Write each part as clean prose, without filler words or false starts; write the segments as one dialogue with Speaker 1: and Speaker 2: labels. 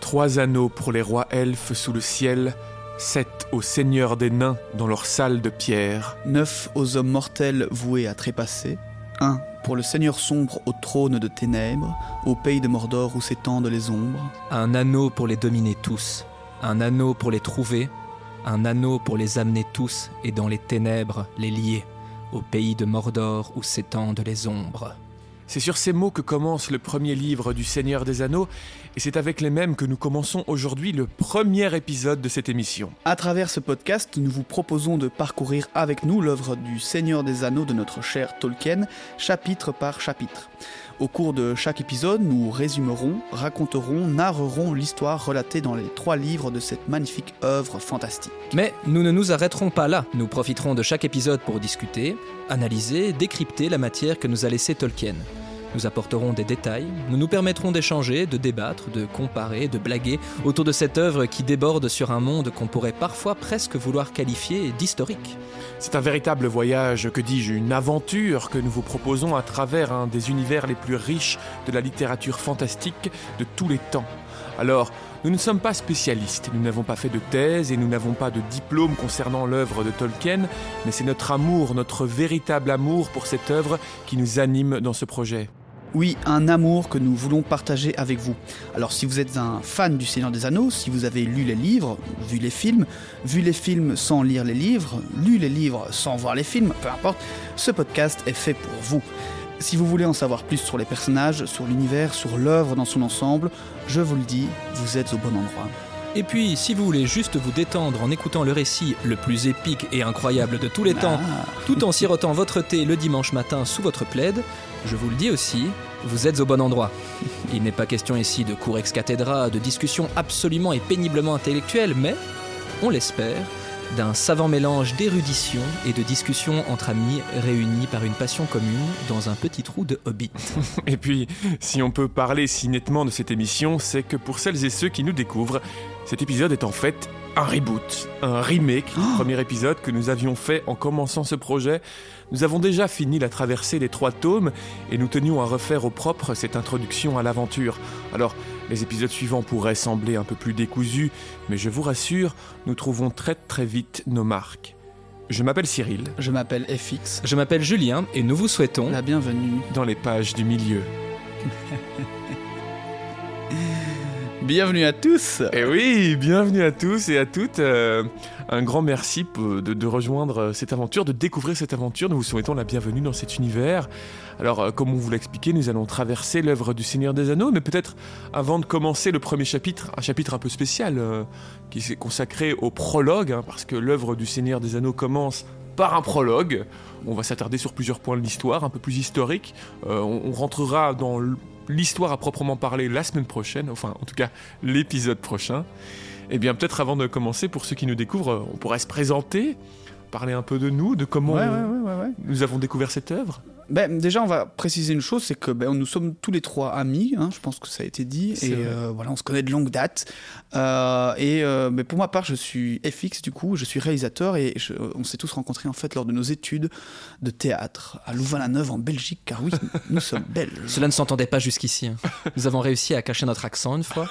Speaker 1: 3 anneaux pour les rois elfes sous le ciel, 7 aux seigneurs des nains dans leur salle de pierre,
Speaker 2: 9 aux hommes mortels voués à trépasser, 1 pour le seigneur sombre au trône de ténèbres, au pays de Mordor où s'étendent les ombres.
Speaker 3: Un anneau pour les dominer tous, un anneau pour les trouver, un anneau pour les amener tous et dans les ténèbres les lier, au pays de Mordor où s'étendent les ombres.
Speaker 1: C'est sur ces mots que commence le premier livre du Seigneur des Anneaux, et c'est avec les mêmes que nous commençons aujourd'hui le premier épisode de cette émission.
Speaker 2: À travers ce podcast, nous vous proposons de parcourir avec nous l'œuvre du Seigneur des Anneaux de notre cher Tolkien, chapitre par chapitre. Au cours de chaque épisode, nous résumerons, raconterons, narrerons l'histoire relatée dans les 3 livres de cette magnifique œuvre fantastique.
Speaker 3: Mais nous ne nous arrêterons pas là, nous profiterons de chaque épisode pour discuter, analyser, décrypter la matière que nous a laissée Tolkien. Nous apporterons des détails, nous nous permettrons d'échanger, de débattre, de comparer, de blaguer autour de cette œuvre qui déborde sur un monde qu'on pourrait parfois presque vouloir qualifier d'historique.
Speaker 1: C'est un véritable voyage, que dis-je, une aventure que nous vous proposons à travers un des univers les plus riches de la littérature fantastique de tous les temps. Alors, nous ne sommes pas spécialistes, nous n'avons pas fait de thèse et nous n'avons pas de diplôme concernant l'œuvre de Tolkien, mais c'est notre amour, notre véritable amour pour cette œuvre qui nous anime dans ce projet.
Speaker 2: Oui, un amour que nous voulons partager avec vous. Alors si vous êtes un fan du Seigneur des Anneaux, si vous avez lu les livres, vu les films sans lire les livres, lu les livres sans voir les films, peu importe, ce podcast est fait pour vous. Si vous voulez en savoir plus sur les personnages, sur l'univers, sur l'œuvre dans son ensemble, je vous le dis, vous êtes au bon endroit.
Speaker 3: Et puis, si vous voulez juste vous détendre en écoutant le récit le plus épique et incroyable de tous les temps, tout en sirotant votre thé le dimanche matin sous votre plaid, je vous le dis aussi, vous êtes au bon endroit. Il n'est pas question ici de cours ex cathedra, de discussions absolument et péniblement intellectuelles, mais, on l'espère, d'un savant mélange d'érudition et de discussion entre amis réunis par une passion commune dans un petit trou de Hobbit.
Speaker 1: Et puis, si on peut parler si nettement de cette émission, c'est que pour celles et ceux qui nous découvrent, cet épisode est en fait un reboot, un remake du premier épisode que nous avions fait en commençant ce projet. Nous avons déjà fini la traversée des 3 tomes et nous tenions à refaire au propre cette introduction à l'aventure. Alors, les épisodes suivants pourraient sembler un peu plus décousus, mais je vous rassure, nous trouvons très très vite nos marques. Je m'appelle Cyril.
Speaker 2: Je m'appelle FX.
Speaker 3: Je m'appelle Julien et nous vous souhaitons
Speaker 2: la bienvenue
Speaker 1: dans les pages du milieu.
Speaker 2: Bienvenue à tous.
Speaker 1: Et oui, bienvenue à tous et à toutes. Un grand merci de rejoindre cette aventure, de découvrir cette aventure. Nous vous souhaitons la bienvenue dans cet univers. Alors, comme on vous l'a expliqué, nous allons traverser l'œuvre du Seigneur des Anneaux, mais peut-être avant de commencer le premier chapitre, un chapitre un peu spécial qui est consacré au prologue, parce que l'œuvre du Seigneur des Anneaux commence par un prologue. On va s'attarder sur plusieurs points de l'histoire, un peu plus historiques. On rentrera dans l'histoire à proprement parler la semaine prochaine, enfin en tout cas l'épisode prochain. Et bien peut-être avant de commencer, pour ceux qui nous découvrent, on pourrait se présenter, parler un peu de nous, de comment nous avons découvert cette œuvre.
Speaker 2: Déjà, on va préciser une chose, c'est que nous sommes tous les 3 amis, je pense que ça a été dit, voilà, on se connaît de longue date. Mais pour ma part, je suis FX, du coup, je suis réalisateur et on s'est tous rencontrés en fait lors de nos études de théâtre à Louvain-la-Neuve en Belgique, car oui, nous sommes belges.
Speaker 3: Cela ne s'entendait pas jusqu'ici. Nous avons réussi à cacher notre accent une fois.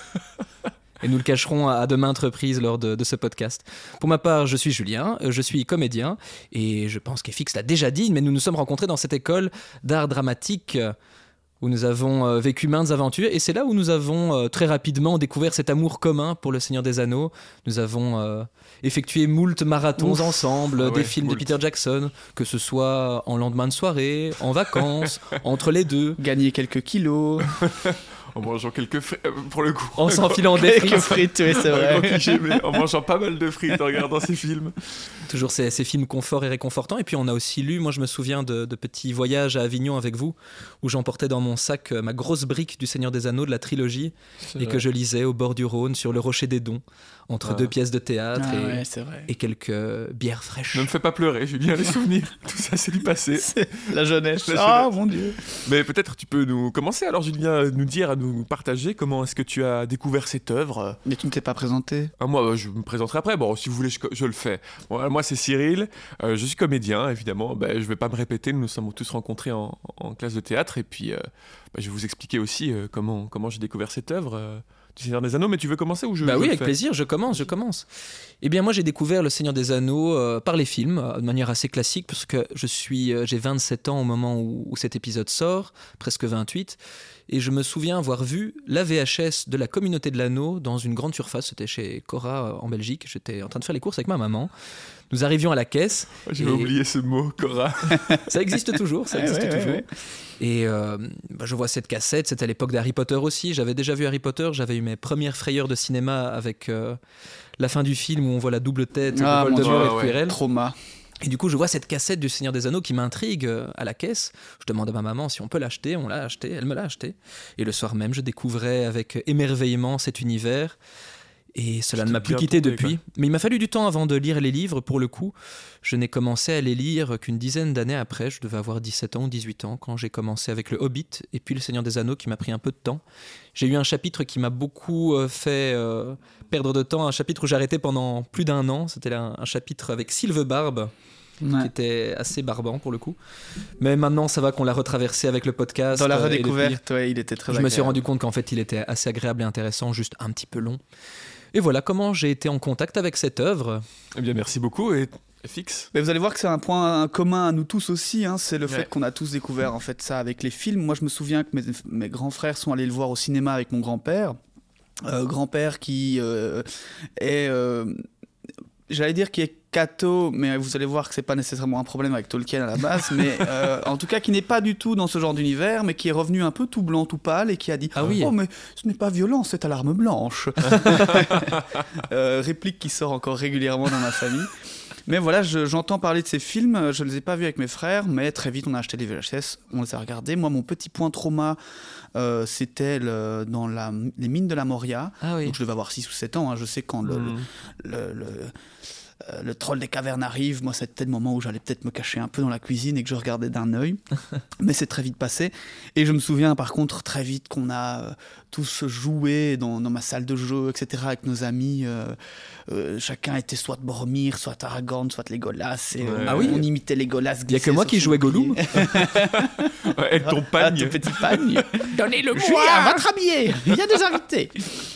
Speaker 3: Et nous le cacherons à de maintes reprises lors de ce podcast. Pour ma part, je suis Julien, je suis comédien, et je pense qu'FX l'a déjà dit, mais nous nous sommes rencontrés dans cette école d'art dramatique où nous avons vécu maintes aventures, et c'est là où nous avons très rapidement découvert cet amour commun pour le Seigneur des Anneaux. Nous avons effectué moult marathons ensemble, des films de Peter Jackson, que ce soit en lendemain de soirée, en vacances, entre les deux.
Speaker 2: Gagner quelques kilos...
Speaker 1: En mangeant quelques frites, pour le coup.
Speaker 3: En s'enfilant des frites.
Speaker 2: Quelques frites, oui, c'est vrai.
Speaker 1: Mais en mangeant pas mal de frites en regardant ces films.
Speaker 3: Toujours ces films confort et réconfortants. Et puis on a aussi lu, moi je me souviens de petits voyages à Avignon avec vous, où j'emportais dans mon sac ma grosse brique du Seigneur des Anneaux de la trilogie, que je lisais au bord du Rhône, sur le Rocher des Dons, entre 2 pièces de théâtre et quelques bières fraîches.
Speaker 1: Ne me fais pas pleurer, j'ai bien les souvenirs. Tout ça, c'est du passé.
Speaker 2: C'est la jeunesse. Mon Dieu.
Speaker 1: Mais peut-être tu peux nous commencer, alors Julien, à nous partager comment est-ce que tu as découvert cette œuvre.
Speaker 2: Mais tu ne t'es pas présenté.
Speaker 1: Moi, je me présenterai après. Bon, si vous voulez, je le fais. Bon, moi, c'est Cyril. Je suis comédien, évidemment. Je vais pas me répéter. Nous nous sommes tous rencontrés en classe de théâtre. Et puis, je vais vous expliquer aussi comment j'ai découvert cette œuvre. Seigneur des Anneaux, mais tu veux commencer ou je
Speaker 3: Bah oui,
Speaker 1: le
Speaker 3: avec
Speaker 1: fais
Speaker 3: plaisir, je commence. Eh bien, moi, j'ai découvert Le Seigneur des Anneaux par les films, de manière assez classique, parce que j'ai 27 ans au moment où cet épisode sort, presque 28, et je me souviens avoir vu la VHS de la Communauté de l'Anneau dans une grande surface, c'était chez Cora en Belgique, j'étais en train de faire les courses avec ma maman. Nous arrivions à la caisse.
Speaker 1: J'avais oublié ce mot, Cora.
Speaker 3: Ça existe toujours, toujours.
Speaker 2: Ouais.
Speaker 3: Et je vois cette cassette, c'était à l'époque d'Harry Potter aussi. J'avais déjà vu Harry Potter, j'avais eu mes premières frayeurs de cinéma avec la fin du film où on voit la double tête de Voldemort et de Quirrell.
Speaker 2: Trauma.
Speaker 3: Et du coup, je vois cette cassette du Seigneur des Anneaux qui m'intrigue à la caisse. Je demande à ma maman si on peut l'acheter. On l'a acheté, elle me l'a acheté. Et le soir même, je découvrais avec émerveillement cet univers. Et cela ne m'a plus quitté depuis. Mais il m'a fallu du temps avant de lire les livres, pour le coup. Je n'ai commencé à les lire qu'une dizaine d'années après. Je devais avoir 17 ans ou 18 ans quand j'ai commencé avec le Hobbit et puis le Seigneur des Anneaux qui m'a pris un peu de temps. J'ai eu un chapitre qui m'a beaucoup fait perdre de temps, un chapitre où j'ai arrêté pendant plus d'un an. C'était un chapitre avec Sylve-Barbe. Qui était assez barbant pour le coup. Mais maintenant, ça va qu'on l'a retraversé avec le podcast.
Speaker 2: Dans la redécouverte, il était très agréable.
Speaker 3: Je me suis rendu compte qu'en fait, il était assez agréable et intéressant, juste un petit peu long. Et voilà comment j'ai été en contact avec cette œuvre.
Speaker 1: Eh bien, merci beaucoup. Et Fix.
Speaker 2: Mais vous allez voir que c'est un point commun à nous tous aussi, c'est le fait qu'on a tous découvert en fait ça avec les films. Moi, je me souviens que mes grands frères sont allés le voir au cinéma avec mon grand-père. Grand-père qui est... j'allais dire qu'il est catho, mais vous allez voir que c'est pas nécessairement un problème avec Tolkien à la base, mais en tout cas qui n'est pas du tout dans ce genre d'univers, mais qui est revenu un peu tout blanc, tout pâle, et qui a dit « Oh, mais ce n'est pas violent, c'est à l'arme blanche !» Réplique qui sort encore régulièrement dans ma famille. Mais voilà, j'entends parler de ces films, je ne les ai pas vus avec mes frères, mais très vite on a acheté des VHS, on les a regardés. Moi, mon petit point trauma, c'était dans les mines de la Moria. Donc je devais avoir 6 ou 7 ans, je sais quand le troll des cavernes arrive, moi c'était le moment où j'allais peut-être me cacher un peu dans la cuisine et que je regardais d'un œil, mais c'est très vite passé. Et je me souviens par contre très vite qu'on a tous joué dans ma salle de jeu, etc. avec nos amis. Chacun était soit Boromir, soit Aragorn, soit Legolas, et on imitait Legolas.
Speaker 3: Il n'y a que moi qui jouais Gollum.
Speaker 1: Avec ton pagne.
Speaker 2: Ton petit pagne.
Speaker 3: Donnez-le-moi.
Speaker 2: Julien, va te rhabiller, il y a des invités.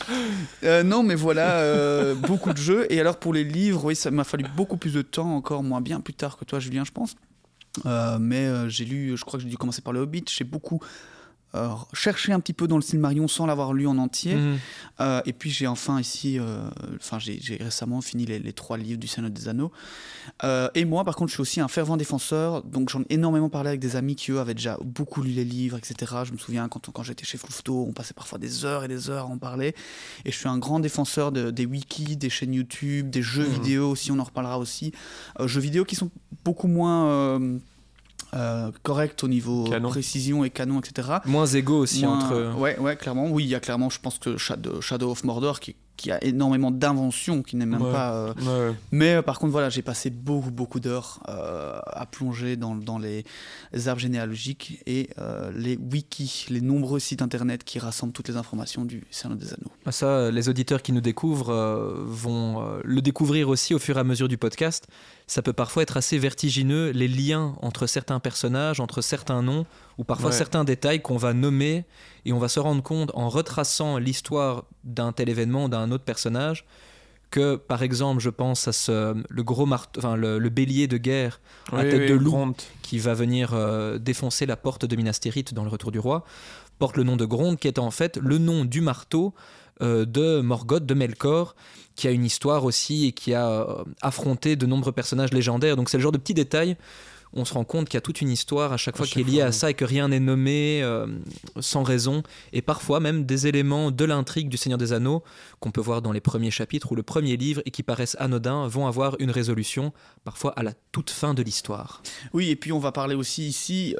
Speaker 2: Non mais voilà, beaucoup de jeux. Et alors pour les livres, oui, ça m'a fallu beaucoup plus de temps, encore moins bien plus tard que toi Julien, je pense. Mais j'ai lu, je crois que j'ai dû commencer par le Hobbit, j'ai beaucoup cherché un petit peu dans le Silmarillion sans l'avoir lu en entier. Et puis j'ai enfin ici, j'ai récemment fini les 3 livres du Seigneur des Anneaux. Et moi par contre je suis aussi un fervent défenseur, donc j'en ai énormément parlé avec des amis qui eux avaient déjà beaucoup lu les livres, etc. Je me souviens quand j'étais chez Floufto, on passait parfois des heures et des heures à en parler. Et je suis un grand défenseur des wikis, des chaînes YouTube, des jeux vidéo aussi, on en reparlera aussi. Jeux vidéo qui sont beaucoup moins... correct au niveau précision et canon, etc.
Speaker 3: Moins égaux aussi entre...
Speaker 2: Ouais, clairement. Oui, il y a clairement, je pense que Shadow of Mordor qui a énormément d'inventions, qui n'est même pas... Mais par contre, voilà, j'ai passé beaucoup d'heures à plonger dans les arbres généalogiques et les wikis, les nombreux sites internet qui rassemblent toutes les informations du Seigneur des Anneaux.
Speaker 3: Ça, les auditeurs qui nous découvrent vont le découvrir aussi au fur et à mesure du podcast. Ça peut parfois être assez vertigineux, les liens entre certains personnages, entre certains noms, ou parfois certains détails qu'on va nommer, et on va se rendre compte en retraçant l'histoire d'un tel événement, d'un autre personnage, que par exemple je pense à le gros le bélier de guerre à tête de loup qui va venir défoncer la porte de Minas Tirith dans le Retour du Roi, porte le nom de Gronde, qui est en fait le nom du marteau de Morgoth, de Melkor, qui a une histoire aussi et qui a affronté de nombreux personnages légendaires. Donc c'est le genre de petits détails, on se rend compte qu'il y a toute une histoire à chaque fois qui est liée à ça et que rien n'est nommé sans raison, et parfois même des éléments de l'intrigue du Seigneur des Anneaux qu'on peut voir dans les premiers chapitres ou le premier livre et qui paraissent anodins vont avoir une résolution parfois à la toute fin de l'histoire.
Speaker 2: Oui, et puis on va parler aussi ici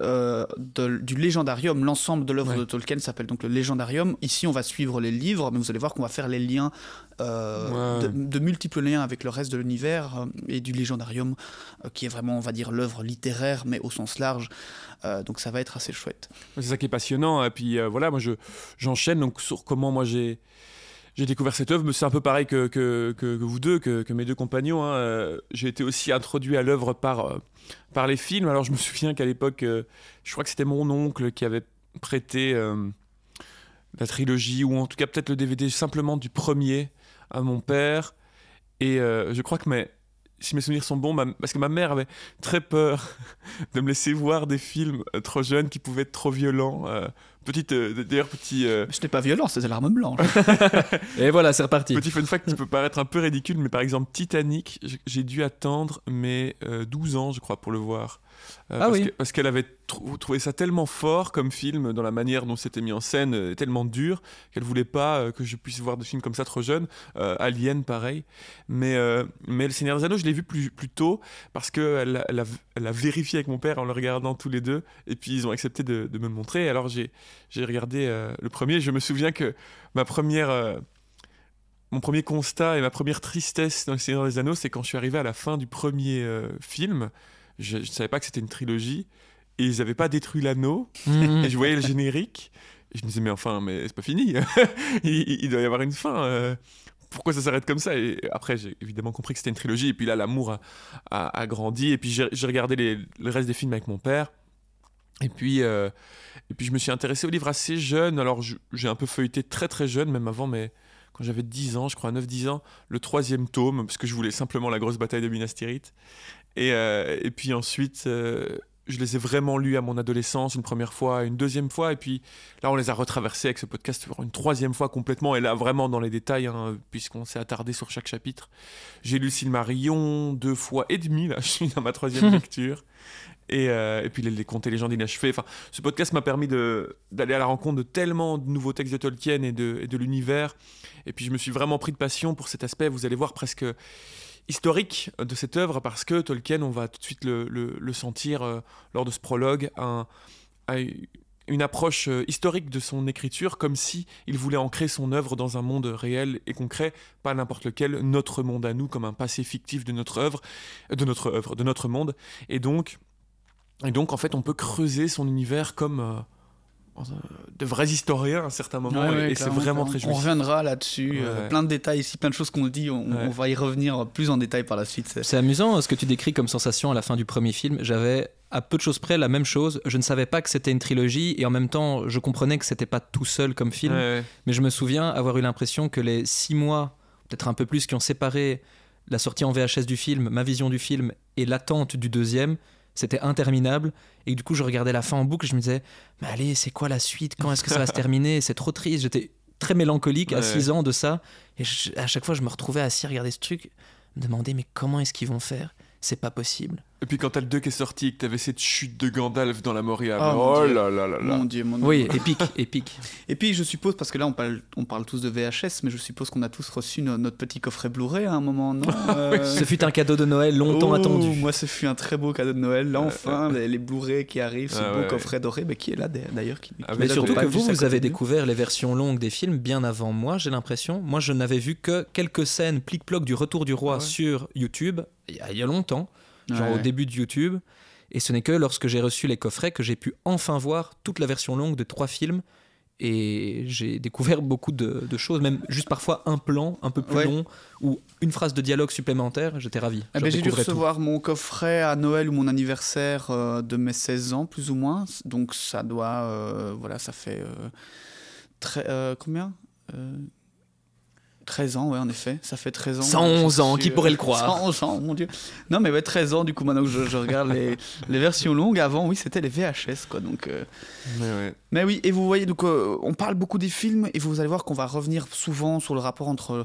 Speaker 2: du Légendarium. L'ensemble de l'œuvre de Tolkien s'appelle donc le Légendarium. Ici on va suivre les livres, mais vous allez voir qu'on va faire les liens de multiples liens avec le reste de l'univers et du Légendarium qui est vraiment, on va dire, l'œuvre littéraire mais au sens large, donc ça va être assez chouette.
Speaker 1: C'est ça qui est passionnant. Et puis voilà, moi j'enchaîne donc sur comment moi j'ai découvert cette œuvre, mais c'est un peu pareil que vous deux, que mes deux compagnons. J'ai été aussi introduit à l'œuvre par les films. Alors je me souviens qu'à l'époque, je crois que c'était mon oncle qui avait prêté la trilogie, ou en tout cas peut-être le DVD simplement du premier à mon père. Et je crois que si mes souvenirs sont bons, parce que ma mère avait très peur de me laisser voir des films trop jeunes qui pouvaient être trop violents. D'ailleurs, petit...
Speaker 2: Ce n'est pas violent, c'est l'arme blanche.
Speaker 3: Et voilà, c'est reparti.
Speaker 1: Petit fun fact qui peut paraître un peu ridicule, mais par exemple, Titanic, j'ai dû attendre mes 12 ans, je crois, pour le voir. Parce qu'elle avait trouvé ça tellement fort comme film, dans la manière dont c'était mis en scène, tellement dur, qu'elle voulait pas que je puisse voir des films comme ça trop jeune. Alien, pareil. Mais Le Seigneur des Anneaux, je l'ai vu plus tôt, parce qu'elle a vérifié avec mon père en le regardant tous les deux, et puis ils ont accepté de me le montrer. Alors j'ai regardé le premier. Je me souviens que mon premier constat et ma première tristesse dans Le Seigneur des Anneaux, c'est quand je suis arrivé à la fin du premier film. Je ne savais pas que c'était une trilogie, et ils n'avaient pas détruit l'anneau, et je voyais le générique, et je me disais, mais c'est pas fini, il doit y avoir une fin, pourquoi ça s'arrête comme ça? Et après, j'ai évidemment compris que c'était une trilogie, et puis là, l'amour a grandi, et puis j'ai regardé le reste des films avec mon père, et puis je me suis intéressé au livre assez jeune. Alors j'ai un peu feuilleté très très jeune, même avant, mais quand j'avais 10 ans, je crois 9-10 ans, le 3e tome, parce que je voulais simplement la grosse bataille de Minas Tirith. Et puis ensuite, je les ai vraiment lus à mon adolescence, une première fois, une deuxième fois, et puis là on les a retraversés avec ce podcast pour une 3e fois complètement, et là vraiment dans les détails, puisqu'on s'est attardé sur chaque chapitre. J'ai lu Silmarillion 2 fois et demie, là je suis dans ma 3e lecture. Et puis les contes et légendes inachevées. Enfin, ce podcast m'a permis d'aller à la rencontre de tellement de nouveaux textes de Tolkien et de l'univers. Et puis je me suis vraiment pris de passion pour cet aspect, vous allez voir, presque historique de cette œuvre, parce que Tolkien, on va tout de suite le sentir lors de ce prologue, une approche historique de son écriture, comme si il voulait ancrer son œuvre dans un monde réel et concret, pas n'importe lequel, notre monde à nous, comme un passé fictif de de notre monde. Et donc, en fait, on peut creuser son univers comme de vrais historiens à un certain moment, et c'est vraiment très jouissif.
Speaker 2: On reviendra là-dessus, plein de détails ici, plein de choses qu'on dit, on va y revenir plus en détail par la suite.
Speaker 3: C'est amusant ce que tu décris comme sensation à la fin du premier film. J'avais à peu de choses près la même chose. Je ne savais pas que c'était une trilogie, et en même temps je comprenais que c'était pas tout seul comme film, mais je me souviens avoir eu l'impression que les 6 mois, peut-être un peu plus, qui ont séparé la sortie en VHS du film, ma vision du film, et l'attente du deuxième, c'était interminable, et du coup je regardais la fin en boucle et je me disais, mais allez, c'est quoi la suite, quand est-ce que ça va se terminer, c'est trop triste. J'étais très mélancolique à 6 ans de ça, et à chaque fois je me retrouvais assis à regarder ce truc, me demander mais comment est-ce qu'ils vont faire, c'est pas possible.
Speaker 1: Et puis quand t'as le 2 qui est sorti et que t'avais cette chute de Gandalf dans la Moria, oh là là là là.
Speaker 2: Mon Dieu.
Speaker 3: Oui, épique.
Speaker 2: Et puis je suppose, parce que là on parle tous de VHS, mais je suppose qu'on a tous reçu notre petit coffret Blu-ray à un moment, non
Speaker 3: Ce fut un cadeau de Noël longtemps attendu.
Speaker 2: Moi, ce fut un très beau cadeau de Noël. Là, enfin, les Blu-ray qui arrivent, ce beau coffret doré, qui est là d'ailleurs.
Speaker 3: Mais surtout que vous avez découvert les versions longues des films bien avant moi, j'ai l'impression. Moi, je n'avais vu que quelques scènes plic-ploc du Retour du Roi sur YouTube, il y a longtemps. Au début de YouTube, et ce n'est que lorsque j'ai reçu les coffrets que j'ai pu enfin voir toute la version longue de 3 films, et j'ai découvert beaucoup de choses, même juste parfois un plan un peu plus long ou une phrase de dialogue supplémentaire. J'étais ravi.
Speaker 2: J'ai dû recevoir mon coffret à Noël ou mon anniversaire de mes 16 ans plus ou moins, donc ça doit ça fait combien 13 ans, ouais, en effet, ça fait 13 ans.
Speaker 3: 111 ans, qui pourrait le croire.
Speaker 2: 111 ans, mon Dieu. Non, mais 13 ans, du coup, maintenant que je regarde les versions longues. Avant, oui, c'était les VHS, quoi. Donc, Mais oui, et vous voyez, donc, on parle beaucoup des films, et vous allez voir qu'on va revenir souvent sur le rapport entre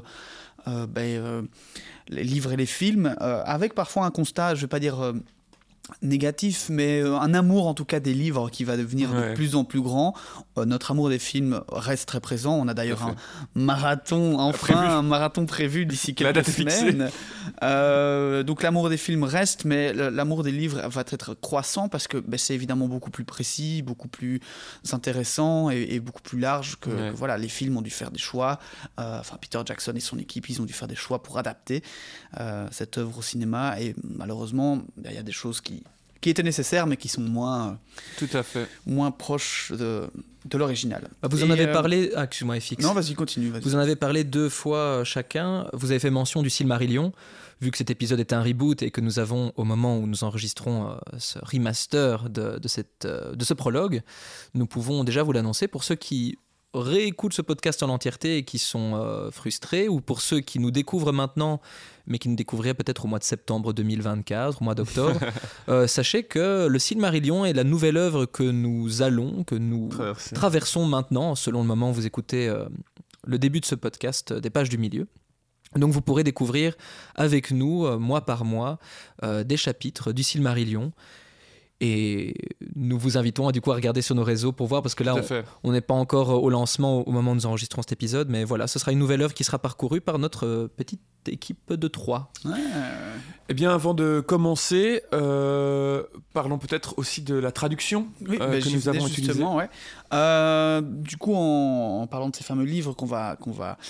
Speaker 2: les livres et les films, avec parfois un constat, je vais pas dire négatif, mais un amour en tout cas des livres qui va devenir de plus en plus grand. Notre amour des films reste très présent. On a d'ailleurs un marathon prévu d'ici quelques semaines. Donc l'amour des films reste, mais l'amour des livres va être croissant, parce que c'est évidemment beaucoup plus précis, beaucoup plus intéressant et beaucoup plus large que les films ont dû faire des choix. Peter Jackson et son équipe, ils ont dû faire des choix pour adapter cette œuvre au cinéma, et malheureusement il y a des choses qui étaient nécessaires, mais qui sont moins proches de l'original.
Speaker 3: Vous en avez parlé... excuse-moi, FX.
Speaker 2: Non, vas-y, continue.
Speaker 3: Vous en avez parlé 2 fois chacun. Vous avez fait mention du Silmarillion. Vu que cet épisode est un reboot et que nous avons, au moment où nous enregistrons ce remaster de ce prologue, nous pouvons déjà vous l'annoncer. Pour ceux qui réécoutent ce podcast en entièreté et qui sont frustrés, ou pour ceux qui nous découvrent maintenant, mais qui nous découvriraient peut-être au mois de septembre 2024, au mois d'octobre, sachez que le Silmarillion est la nouvelle œuvre que nous traversons maintenant, selon le moment où vous écoutez le début de ce podcast des pages du milieu. Donc vous pourrez découvrir avec nous, mois par mois, des chapitres du Silmarillion. Et nous vous invitons à regarder sur nos réseaux pour voir, parce que là on n'est pas encore au lancement au moment où nous enregistrons cet épisode, mais voilà, ce sera une nouvelle œuvre qui sera parcourue par notre petite équipe de 3.
Speaker 1: Eh bien, avant de commencer, parlons peut-être aussi de la traduction que nous avons utilisée.
Speaker 2: Du coup, en parlant de ces fameux livres qu'on va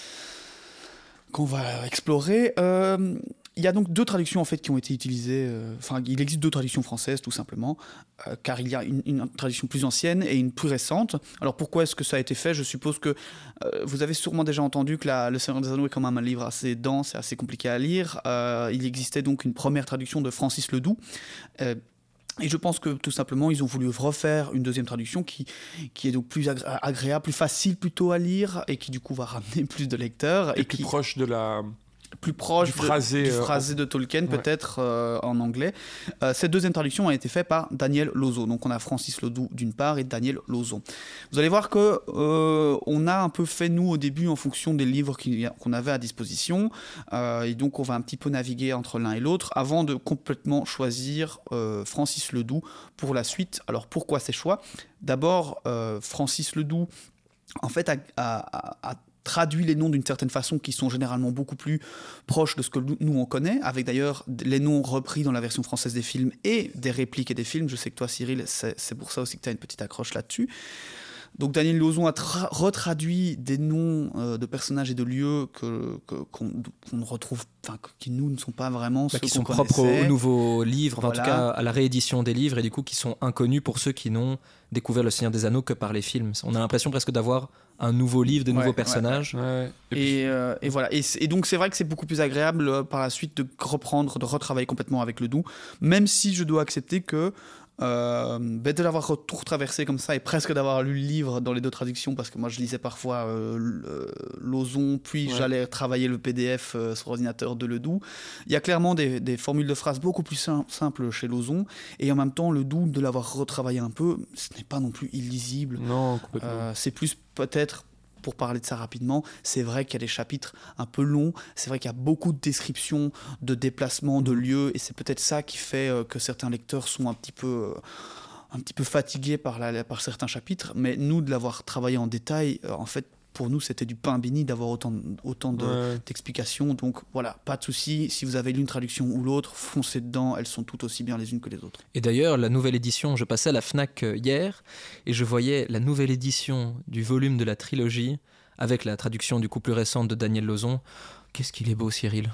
Speaker 2: explorer, il y a donc 2 traductions en fait qui ont été utilisées. Il existe 2 traductions françaises tout simplement, car il y a une traduction plus ancienne et une plus récente. Alors pourquoi est-ce que ça a été fait ? Je suppose que vous avez sûrement déjà entendu que Le Seigneur des Anneaux est quand même un livre assez dense et assez compliqué à lire. Il existait donc une première traduction de Francis Ledoux. Et je pense que tout simplement, ils ont voulu refaire une deuxième traduction qui est donc plus agréable, plus facile plutôt à lire, et qui du coup va ramener plus de lecteurs.
Speaker 1: Et plus proche de la...
Speaker 2: plus proche
Speaker 1: du phrasé
Speaker 2: de Tolkien, peut-être en anglais. Cette deuxième traduction a été faite par Daniel Lauzon. Donc on a Francis Ledoux d'une part et Daniel Lauzon. Vous allez voir que on a un peu fait nous au début en fonction des livres qu'on avait à disposition, et donc on va un petit peu naviguer entre l'un et l'autre avant de complètement choisir Francis Ledoux pour la suite. Alors pourquoi ces choix ? D'abord, Francis Ledoux en fait a traduit les noms d'une certaine façon qui sont généralement beaucoup plus proches de ce que nous on connaît, avec d'ailleurs les noms repris dans la version française des films et des répliques et des films. Je sais que toi, Cyril, c'est pour ça aussi que tu as une petite accroche là-dessus. Donc Daniel Lauzon a retraduit des noms de personnages et de lieux qu'on ne retrouve, qui nous ne sont pas vraiment ceux
Speaker 3: qui
Speaker 2: qu'on
Speaker 3: sont propres
Speaker 2: connaissait.
Speaker 3: aux nouveaux livres,
Speaker 2: Voilà.
Speaker 3: En tout cas à la réédition des livres, et du coup qui sont inconnus pour ceux qui n'ont découvert Le Seigneur des Anneaux que par les films. On a l'impression presque d'avoir un nouveau livre, de nouveaux personnages.
Speaker 1: Ouais.
Speaker 2: Et voilà. Et donc c'est vrai que c'est beaucoup plus agréable par la suite de retravailler complètement avec Ledoux, même si je dois accepter que de l'avoir tout retraversé comme ça et presque d'avoir lu le livre dans les 2 traductions, parce que moi je lisais parfois Lauzon, puis j'allais travailler le PDF sur l'ordinateur de Ledoux. Il y a clairement des formules de phrases beaucoup plus simples chez Lauzon, et en même temps Ledoux, de l'avoir retravaillé un peu, ce n'est pas non plus illisible.
Speaker 1: Non, complètement.
Speaker 2: C'est plus peut-être, pour parler de ça rapidement, c'est vrai qu'il y a des chapitres un peu longs, c'est vrai qu'il y a beaucoup de descriptions, de déplacements, de lieux, et c'est peut-être ça qui fait que certains lecteurs sont un petit peu fatigués par certains chapitres, mais nous, de l'avoir travaillé en détail, en fait, pour nous, c'était du pain béni d'avoir autant d'explications. Donc voilà, pas de souci. Si vous avez l'une traduction ou l'autre, foncez dedans. Elles sont toutes aussi bien les unes que les autres.
Speaker 3: Et d'ailleurs, la nouvelle édition, je passais à la Fnac hier et je voyais la nouvelle édition du volume de la trilogie avec la traduction du coup plus récente de Daniel Lauzon. Qu'est-ce qu'il est beau, Cyril.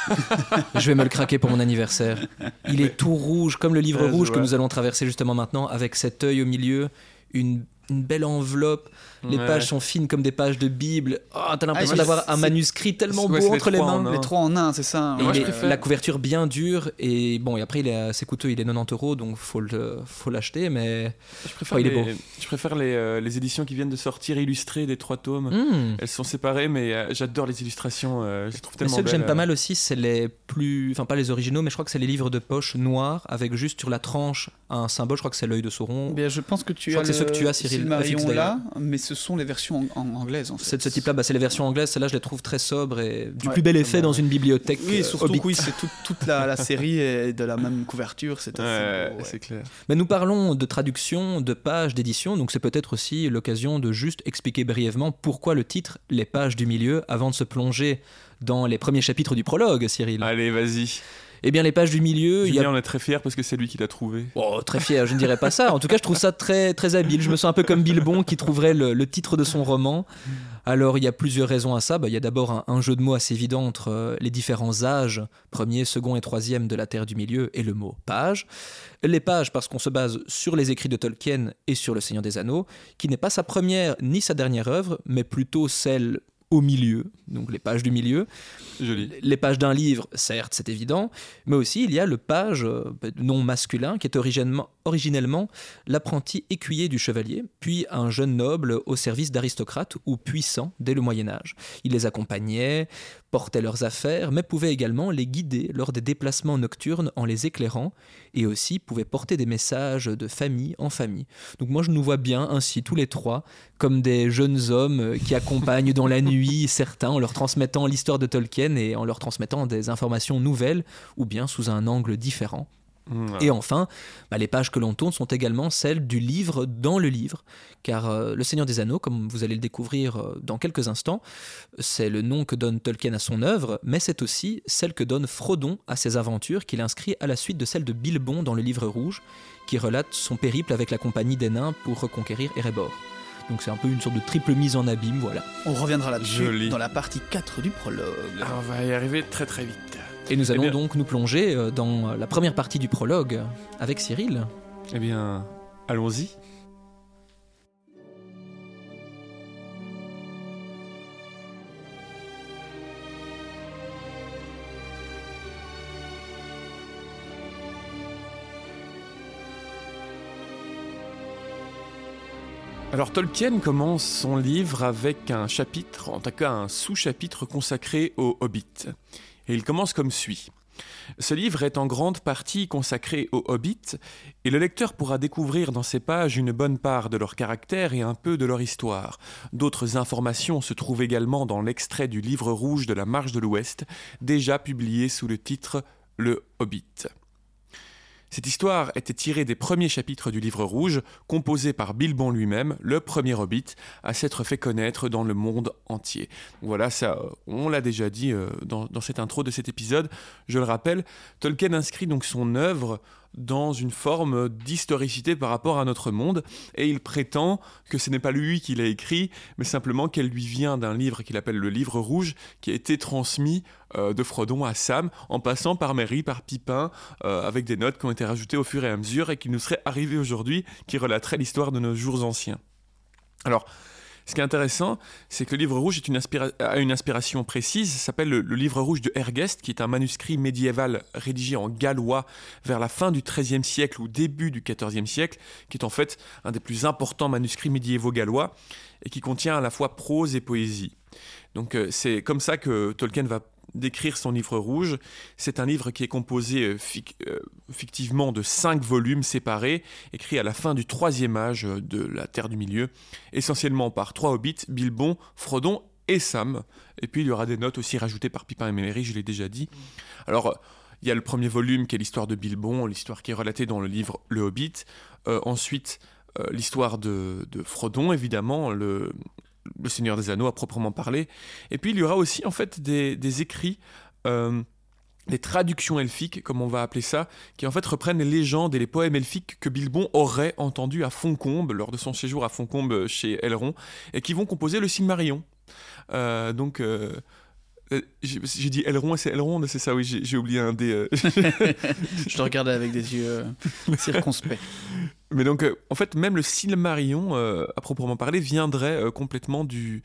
Speaker 3: Je vais me le craquer pour mon anniversaire. Il est tout rouge, comme le livre rouge que nous allons traverser justement maintenant, avec cet œil au milieu, une belle enveloppe. Les pages sont fines comme des pages de Bible. Oh, t'as l'impression d'avoir un manuscrit tellement beau entre les mains.
Speaker 2: Les 3 en 1, c'est ça.
Speaker 3: Et la couverture bien dure. Et bon, et après, c'est coûteux, il est 90€, donc faut l'acheter. Mais il est beau.
Speaker 1: Je préfère les éditions qui viennent de sortir illustrées des 3 tomes. Elles sont séparées, mais j'adore les illustrations. Je les trouve tellement belles.
Speaker 3: Ceux que j'aime pas mal aussi, c'est les plus. Enfin, pas les originaux, mais je crois que c'est les livres de poche noirs avec juste sur la tranche un symbole. Je crois que c'est l'œil de Sauron.
Speaker 2: Bien, je pense que tu
Speaker 3: as ceux que tu as, Cyril.
Speaker 2: Là, mais ce sont les versions anglaises en fait.
Speaker 3: C'est de ce type-là, c'est les versions anglaises. Celles-là, je les trouve très sobres et du plus bel effet dans une bibliothèque.
Speaker 2: Oui, surtout oui, c'est toute la série est de la même couverture. C'est assez beau,
Speaker 1: c'est clair.
Speaker 3: Mais nous parlons de traduction, de pages, d'édition, donc c'est peut-être aussi l'occasion de juste expliquer brièvement pourquoi le titre Les pages du milieu, avant de se plonger dans les premiers chapitres du prologue, Cyril.
Speaker 1: Allez, vas-y.
Speaker 3: Eh bien, les pages du milieu...
Speaker 1: Julien, on est très fiers parce que c'est lui qui l'a trouvé.
Speaker 3: Oh, très fier, je ne dirais pas ça. En tout cas, je trouve ça très, très habile. Je me sens un peu comme Bilbon qui trouverait le titre de son roman. Alors, il y a plusieurs raisons à ça. Il y a d'abord un jeu de mots assez évident entre les différents âges, premier, second et troisième de la Terre du Milieu, et le mot « page ». Les pages, parce qu'on se base sur les écrits de Tolkien et sur Le Seigneur des Anneaux, qui n'est pas sa première ni sa dernière œuvre, mais plutôt celle au milieu, donc les pages du milieu.
Speaker 1: Joli.
Speaker 3: Les pages d'un livre, certes, c'est évident, mais aussi il y a le page non masculin qui est originellement l'apprenti écuyer du chevalier, puis un jeune noble au service d'aristocrates ou puissants dès le Moyen-Âge. Il les accompagnait, portait leurs affaires, mais pouvait également les guider lors des déplacements nocturnes en les éclairant, et aussi pouvait porter des messages de famille en famille. Donc moi je nous vois bien ainsi tous les trois comme des jeunes hommes qui accompagnent dans la nuit certains en leur transmettant l'histoire de Tolkien et en leur transmettant des informations nouvelles ou bien sous un angle différent. Et enfin, les pages que l'on tourne sont également celles du livre dans le livre, car Le Seigneur des Anneaux, comme vous allez le découvrir dans quelques instants, c'est le nom que donne Tolkien à son œuvre, mais c'est aussi celle que donne Frodon à ses aventures qu'il inscrit à la suite de celle de Bilbon dans le Livre Rouge, qui relate son périple avec la compagnie des nains pour reconquérir Erebor. Donc c'est un peu une sorte de triple mise en abîme, voilà.
Speaker 2: On reviendra là-dessus
Speaker 1: Joli.
Speaker 2: dans la partie 4 du prologue.
Speaker 1: On va y arriver très très vite.
Speaker 3: Et nous allons donc nous plonger dans la première partie du prologue avec Cyril.
Speaker 1: Eh bien, allons-y. Alors Tolkien commence son livre avec un chapitre, en tout cas un sous-chapitre consacré aux hobbits. Et il commence comme suit. Ce livre est en grande partie consacré aux hobbits, et le lecteur pourra découvrir dans ces pages une bonne part de leur caractère et un peu de leur histoire. D'autres informations se trouvent également dans l'extrait du livre rouge de la Marche de l'Ouest, déjà publié sous le titre « Le Hobbit ». Cette histoire était tirée des premiers chapitres du Livre Rouge, composé par Bilbon lui-même, le premier hobbit, à s'être fait connaître dans le monde entier. Voilà, ça, on l'a déjà dit dans cette intro de cet épisode. Je le rappelle, Tolkien inscrit donc son œuvre dans une forme d'historicité par rapport à notre monde, et il prétend que ce n'est pas lui qui l'a écrit, mais simplement qu'elle lui vient d'un livre qu'il appelle le Livre Rouge, qui a été transmis de Frodon à Sam, en passant par Merry, par Pipin, avec des notes qui ont été rajoutées au fur et à mesure, et qui nous seraient arrivées aujourd'hui, qui relateraient l'histoire de nos jours anciens. Alors, ce qui est intéressant, c'est que le Livre Rouge a une inspiration précise. Ça s'appelle le Livre Rouge de Hergest, qui est un manuscrit médiéval rédigé en gallois vers la fin du XIIIe siècle ou début du XIVe siècle, qui est en fait un des plus importants manuscrits médiévaux gallois et qui contient à la fois prose et poésie. Donc c'est comme ça que Tolkien va décrire son Livre Rouge. C'est un livre qui est composé fictivement de 5 volumes séparés, écrits à la fin du 3e âge de la Terre du Milieu, essentiellement par 3 hobbits, Bilbon, Frodon et Sam. Et puis il y aura des notes aussi rajoutées par Pipin et Merry, je l'ai déjà dit. Alors, il y a le premier volume qui est l'histoire de Bilbon, l'histoire qui est relatée dans le livre Le Hobbit. Ensuite, l'histoire de Frodon, évidemment, le Seigneur des Anneaux à proprement parler. Et puis il y aura aussi en fait des écrits, des traductions elfiques, comme on va appeler ça, qui en fait reprennent les légendes et les poèmes elfiques que Bilbon aurait entendus à Fontcombe, lors de son séjour à Fontcombe chez Elrond, et qui vont composer le Silmarillion. J'ai dit Elrond et c'est Elrond, c'est ça, oui, j'ai oublié un D.
Speaker 2: Je te regardais avec des yeux circonspects.
Speaker 1: Mais donc, en fait, même le Silmarillion, à proprement parler, viendrait complètement du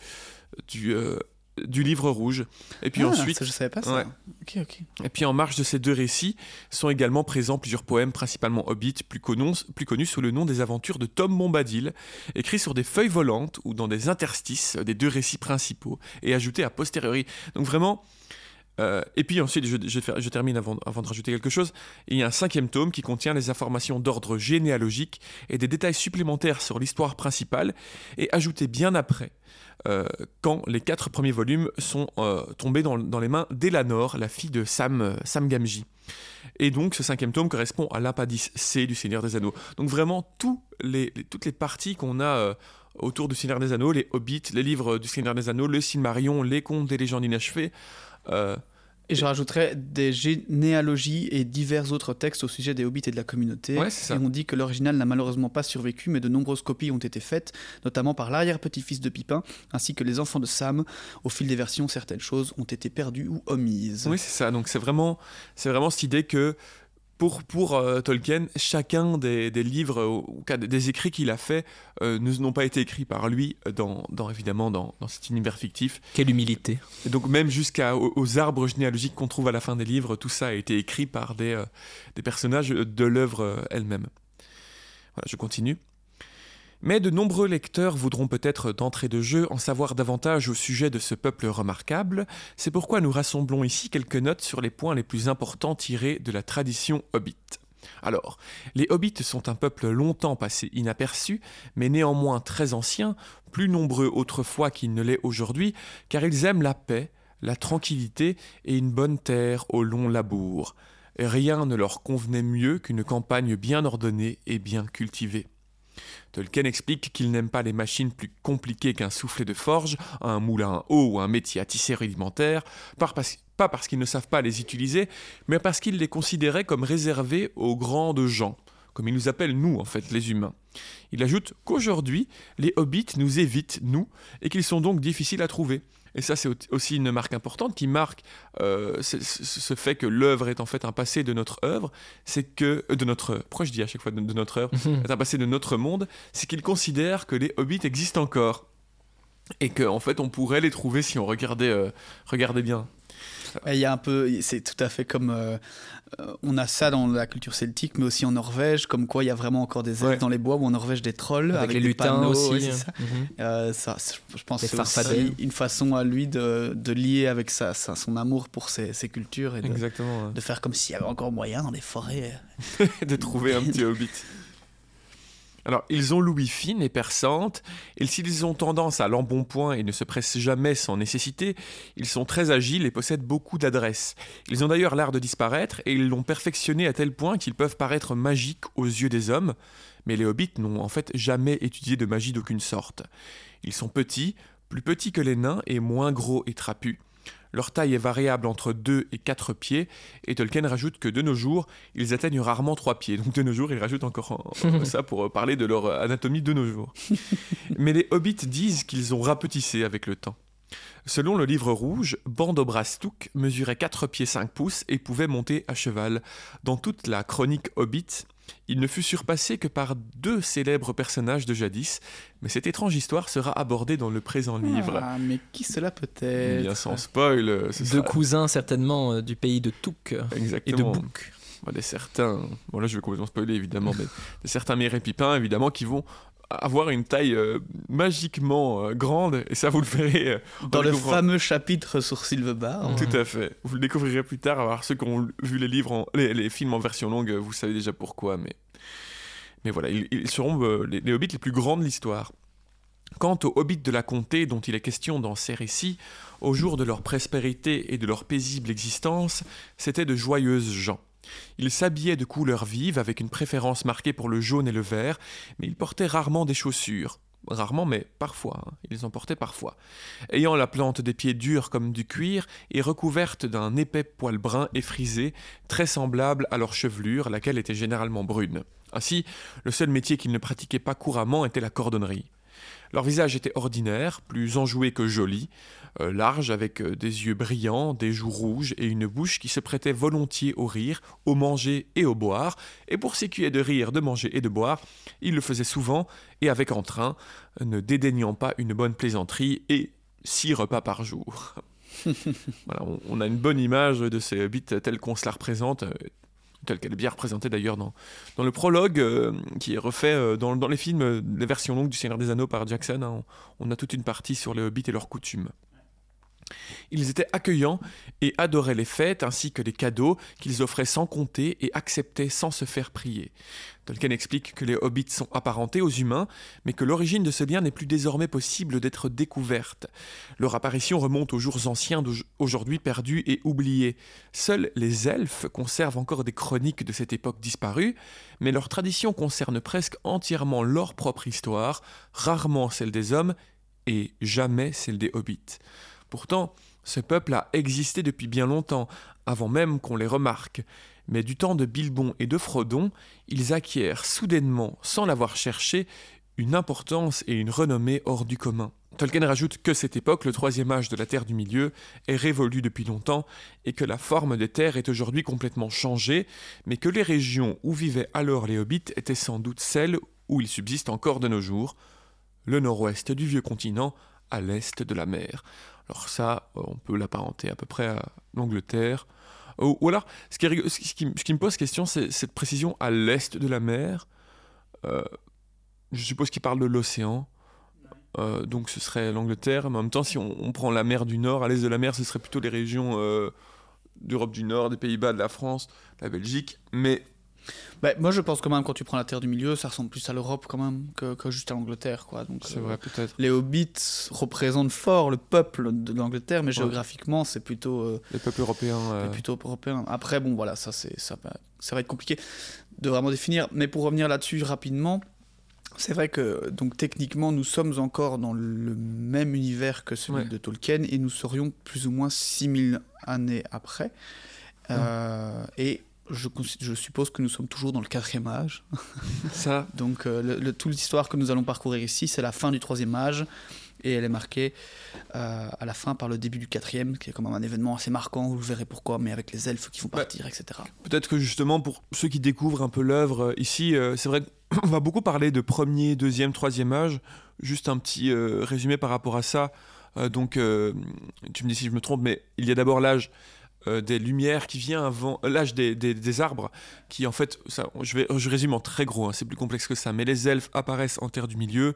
Speaker 1: Livre Rouge. Et puis ensuite,
Speaker 2: ça, je savais pas ça.
Speaker 1: Ouais.
Speaker 2: Ok.
Speaker 1: Et puis en marge de ces deux récits sont également présents plusieurs poèmes, principalement hobbits, plus connus sous le nom des aventures de Tom Bombadil, écrits sur des feuilles volantes ou dans des interstices des deux récits principaux et ajoutés a posteriori. Donc vraiment. Et puis ensuite, je termine avant de rajouter quelque chose. Il y a un 5e tome qui contient les informations d'ordre généalogique et des détails supplémentaires sur l'histoire principale, et ajoutés bien après, quand les 4 premiers volumes sont tombés dans les mains d'Elanor, la fille de Sam Gamgee. Et donc ce 5e tome correspond à l'appendice C du Seigneur des Anneaux. Donc vraiment toutes les parties qu'on a autour du Seigneur des Anneaux, les Hobbits, les livres du Seigneur des Anneaux, le Silmarillion, les contes des légendes inachevées.
Speaker 2: Et je rajouterais des généalogies et divers autres textes au sujet des hobbits et de la communauté.
Speaker 1: Ouais, c'est ça.
Speaker 2: Et on dit que l'original n'a malheureusement pas survécu, mais de nombreuses copies ont été faites, notamment par l'arrière-petit-fils de Pipin, ainsi que les enfants de Sam. Au fil des versions, certaines choses ont été perdues ou omises.
Speaker 1: Oui, c'est ça. Donc c'est vraiment cette idée que Pour Tolkien, chacun des livres, ou des écrits qu'il a faits, n'ont pas été écrits par lui évidemment dans cet univers fictif.
Speaker 3: Quelle humilité.
Speaker 1: Et donc même jusqu'aux arbres généalogiques qu'on trouve à la fin des livres, tout ça a été écrit par des personnages de l'œuvre elle-même. Voilà, je continue. Mais de nombreux lecteurs voudront peut-être d'entrée de jeu en savoir davantage au sujet de ce peuple remarquable. C'est pourquoi nous rassemblons ici quelques notes sur les points les plus importants tirés de la tradition hobbit. Alors, les hobbits sont un peuple longtemps passé inaperçu, mais néanmoins très ancien, plus nombreux autrefois qu'ils ne l'est aujourd'hui, car ils aiment la paix, la tranquillité et une bonne terre au long labour. Rien ne leur convenait mieux qu'une campagne bien ordonnée et bien cultivée. Tolkien explique qu'il n'aime pas les machines plus compliquées qu'un soufflet de forge, un moulin à eau ou un métier à tisser rudimentaire, pas parce qu'ils ne savent pas les utiliser, mais parce qu'il les considérait comme réservés aux grandes gens, comme il nous appelle nous en fait, les humains. Il ajoute qu'aujourd'hui, les hobbits nous évitent, nous, et qu'ils sont donc difficiles à trouver. Et ça, c'est aussi une marque importante qui marque ce fait que l'œuvre est en fait un passé de notre œuvre, c'est que pourquoi je dis à chaque fois de notre œuvre, est un passé de notre monde, c'est qu'il considère que les hobbits existent encore et qu'en fait on pourrait les trouver si on regardait bien.
Speaker 2: Il y a un peu, c'est tout à fait comme on a ça dans la culture celtique, mais aussi en Norvège, comme quoi il y a vraiment encore des elfes dans les bois, ou en Norvège des trolls
Speaker 3: avec les
Speaker 2: des
Speaker 3: lutins
Speaker 2: panneaux,
Speaker 3: aussi.
Speaker 2: Ça, je pense que c'est
Speaker 3: farfadets.
Speaker 2: aussi une façon à lui de lier avec son amour pour ces cultures et
Speaker 1: Exactement,
Speaker 2: de faire comme s'il y avait encore moyen dans les forêts
Speaker 1: de trouver un petit hobbit. Alors, ils ont l'ouïe fine et perçante, et s'ils ont tendance à l'embonpoint et ne se pressent jamais sans nécessité, ils sont très agiles et possèdent beaucoup d'adresse. Ils ont d'ailleurs l'art de disparaître, et ils l'ont perfectionné à tel point qu'ils peuvent paraître magiques aux yeux des hommes, mais les hobbits n'ont en fait jamais étudié de magie d'aucune sorte. Ils sont petits, plus petits que les nains et moins gros et trapus. Leur taille est variable entre 2 et 4 pieds, et Tolkien rajoute que de nos jours, ils atteignent rarement 3 pieds. Donc de nos jours, il rajoute encore ça pour parler de leur anatomie de nos jours. Mais les hobbits disent qu'ils ont rapetissé avec le temps. Selon le livre rouge, Bandobrastouk mesurait 4 pieds 5 pouces et pouvait monter à cheval. Dans toute la chronique Hobbit, il ne fut surpassé que par 2 célèbres personnages de jadis, mais cette étrange histoire sera abordée dans le présent livre.
Speaker 2: Ah, mais qui cela peut être?
Speaker 1: Bien sans spoil.
Speaker 3: Deux cousins certainement du pays de Touk et de Bouk.
Speaker 1: Des certains, bon là je vais complètement spoiler évidemment, mais des certains mérépipins évidemment qui vont avoir une taille magiquement grande, et ça vous le verrez
Speaker 2: dans le fameux chapitre sur Silvebar.
Speaker 1: Tout à fait, vous le découvrirez plus tard. Alors ceux qui ont vu les films en version longue, vous savez déjà pourquoi, mais voilà, ils seront les hobbits les plus grands de l'histoire. Quant aux hobbits de la comté dont il est question dans ces récits, au jour de leur prospérité et de leur paisible existence, c'étaient de joyeuses gens. Ils s'habillaient de couleurs vives avec une préférence marquée pour le jaune et le vert, mais ils portaient rarement des chaussures. Rarement, mais parfois, ils en portaient parfois. Ayant la plante des pieds dure comme du cuir et recouverte d'un épais poil brun et frisé, très semblable à leur chevelure, laquelle était généralement brune. Ainsi, le seul métier qu'ils ne pratiquaient pas couramment était la cordonnerie. Leur visage était ordinaire, plus enjoué que joli, large, avec des yeux brillants, des joues rouges et une bouche qui se prêtait volontiers au rire, au manger et au boire. Et pour ce qui est de rire, de manger et de boire, ils le faisaient souvent et avec entrain, ne dédaignant pas une bonne plaisanterie et 6 repas par jour. Voilà, on a une bonne image de ces hobbits tels qu'on se la représente, telle qu'elle est bien représentée d'ailleurs dans le prologue qui est refait dans les films, les versions longues du Seigneur des Anneaux par Jackson. Hein, on a toute une partie sur les hobbits et leurs coutumes. Ils étaient accueillants et adoraient les fêtes ainsi que les cadeaux qu'ils offraient sans compter et acceptaient sans se faire prier. Tolkien explique que les hobbits sont apparentés aux humains, mais que l'origine de ce lien n'est plus désormais possible d'être découverte. Leur apparition remonte aux jours anciens aujourd'hui perdus et oubliés. Seuls les elfes conservent encore des chroniques de cette époque disparue, mais leur tradition concerne presque entièrement leur propre histoire, rarement celle des hommes et jamais celle des hobbits. Pourtant, ce peuple a existé depuis bien longtemps, avant même qu'on les remarque. Mais du temps de Bilbon et de Frodon, ils acquièrent soudainement, sans l'avoir cherché, une importance et une renommée hors du commun. Tolkien rajoute que cette époque, le troisième âge de la Terre du Milieu, est révolue depuis longtemps et que la forme des terres est aujourd'hui complètement changée, mais que les régions où vivaient alors les hobbits étaient sans doute celles où ils subsistent encore de nos jours, le nord-ouest du vieux continent, à l'est de la mer. Alors ça, on peut l'apparenter à peu près à l'Angleterre. Ou alors, ce qui me pose question, c'est cette précision à l'est de la mer. Je suppose qu'il parle de l'océan. Donc ce serait l'Angleterre, mais en même temps, si on prend la mer du Nord, à l'est de la mer, ce serait plutôt les régions d'Europe du Nord, des Pays-Bas, de la France, la Belgique, mais...
Speaker 2: moi je pense quand même quand tu prends la Terre du Milieu, ça ressemble plus à l'Europe quand même que juste à l'Angleterre, quoi. Donc,
Speaker 1: c'est vrai, peut-être.
Speaker 2: Les hobbits représentent fort le peuple de l'Angleterre, mais géographiquement c'est plutôt...
Speaker 1: les peuples européens.
Speaker 2: Plutôt européens. Après, bon voilà, ça va être compliqué de vraiment définir, mais pour revenir là-dessus rapidement... C'est vrai que donc techniquement nous sommes encore dans le même univers que celui de Tolkien et nous serions plus ou moins 6000 années après. Et je suppose que nous sommes toujours dans le 4e âge.
Speaker 1: Ça.
Speaker 2: Donc toute l'histoire que nous allons parcourir ici, c'est la fin du 3e âge. Et elle est marquée à la fin par le début du 4e, qui est quand même un événement assez marquant, vous le verrez pourquoi, mais avec les elfes qui vont partir, etc.
Speaker 1: Peut-être que justement, pour ceux qui découvrent un peu l'œuvre ici, c'est vrai qu'on va beaucoup parler de 1er, 2e, 3e âge. Juste un petit résumé par rapport à ça. Donc, tu me dis si je me trompe, mais il y a d'abord l'âge des lumières qui vient avant l'âge des arbres qui en fait je résume en très gros, c'est plus complexe que ça, mais les elfes apparaissent en Terre du Milieu.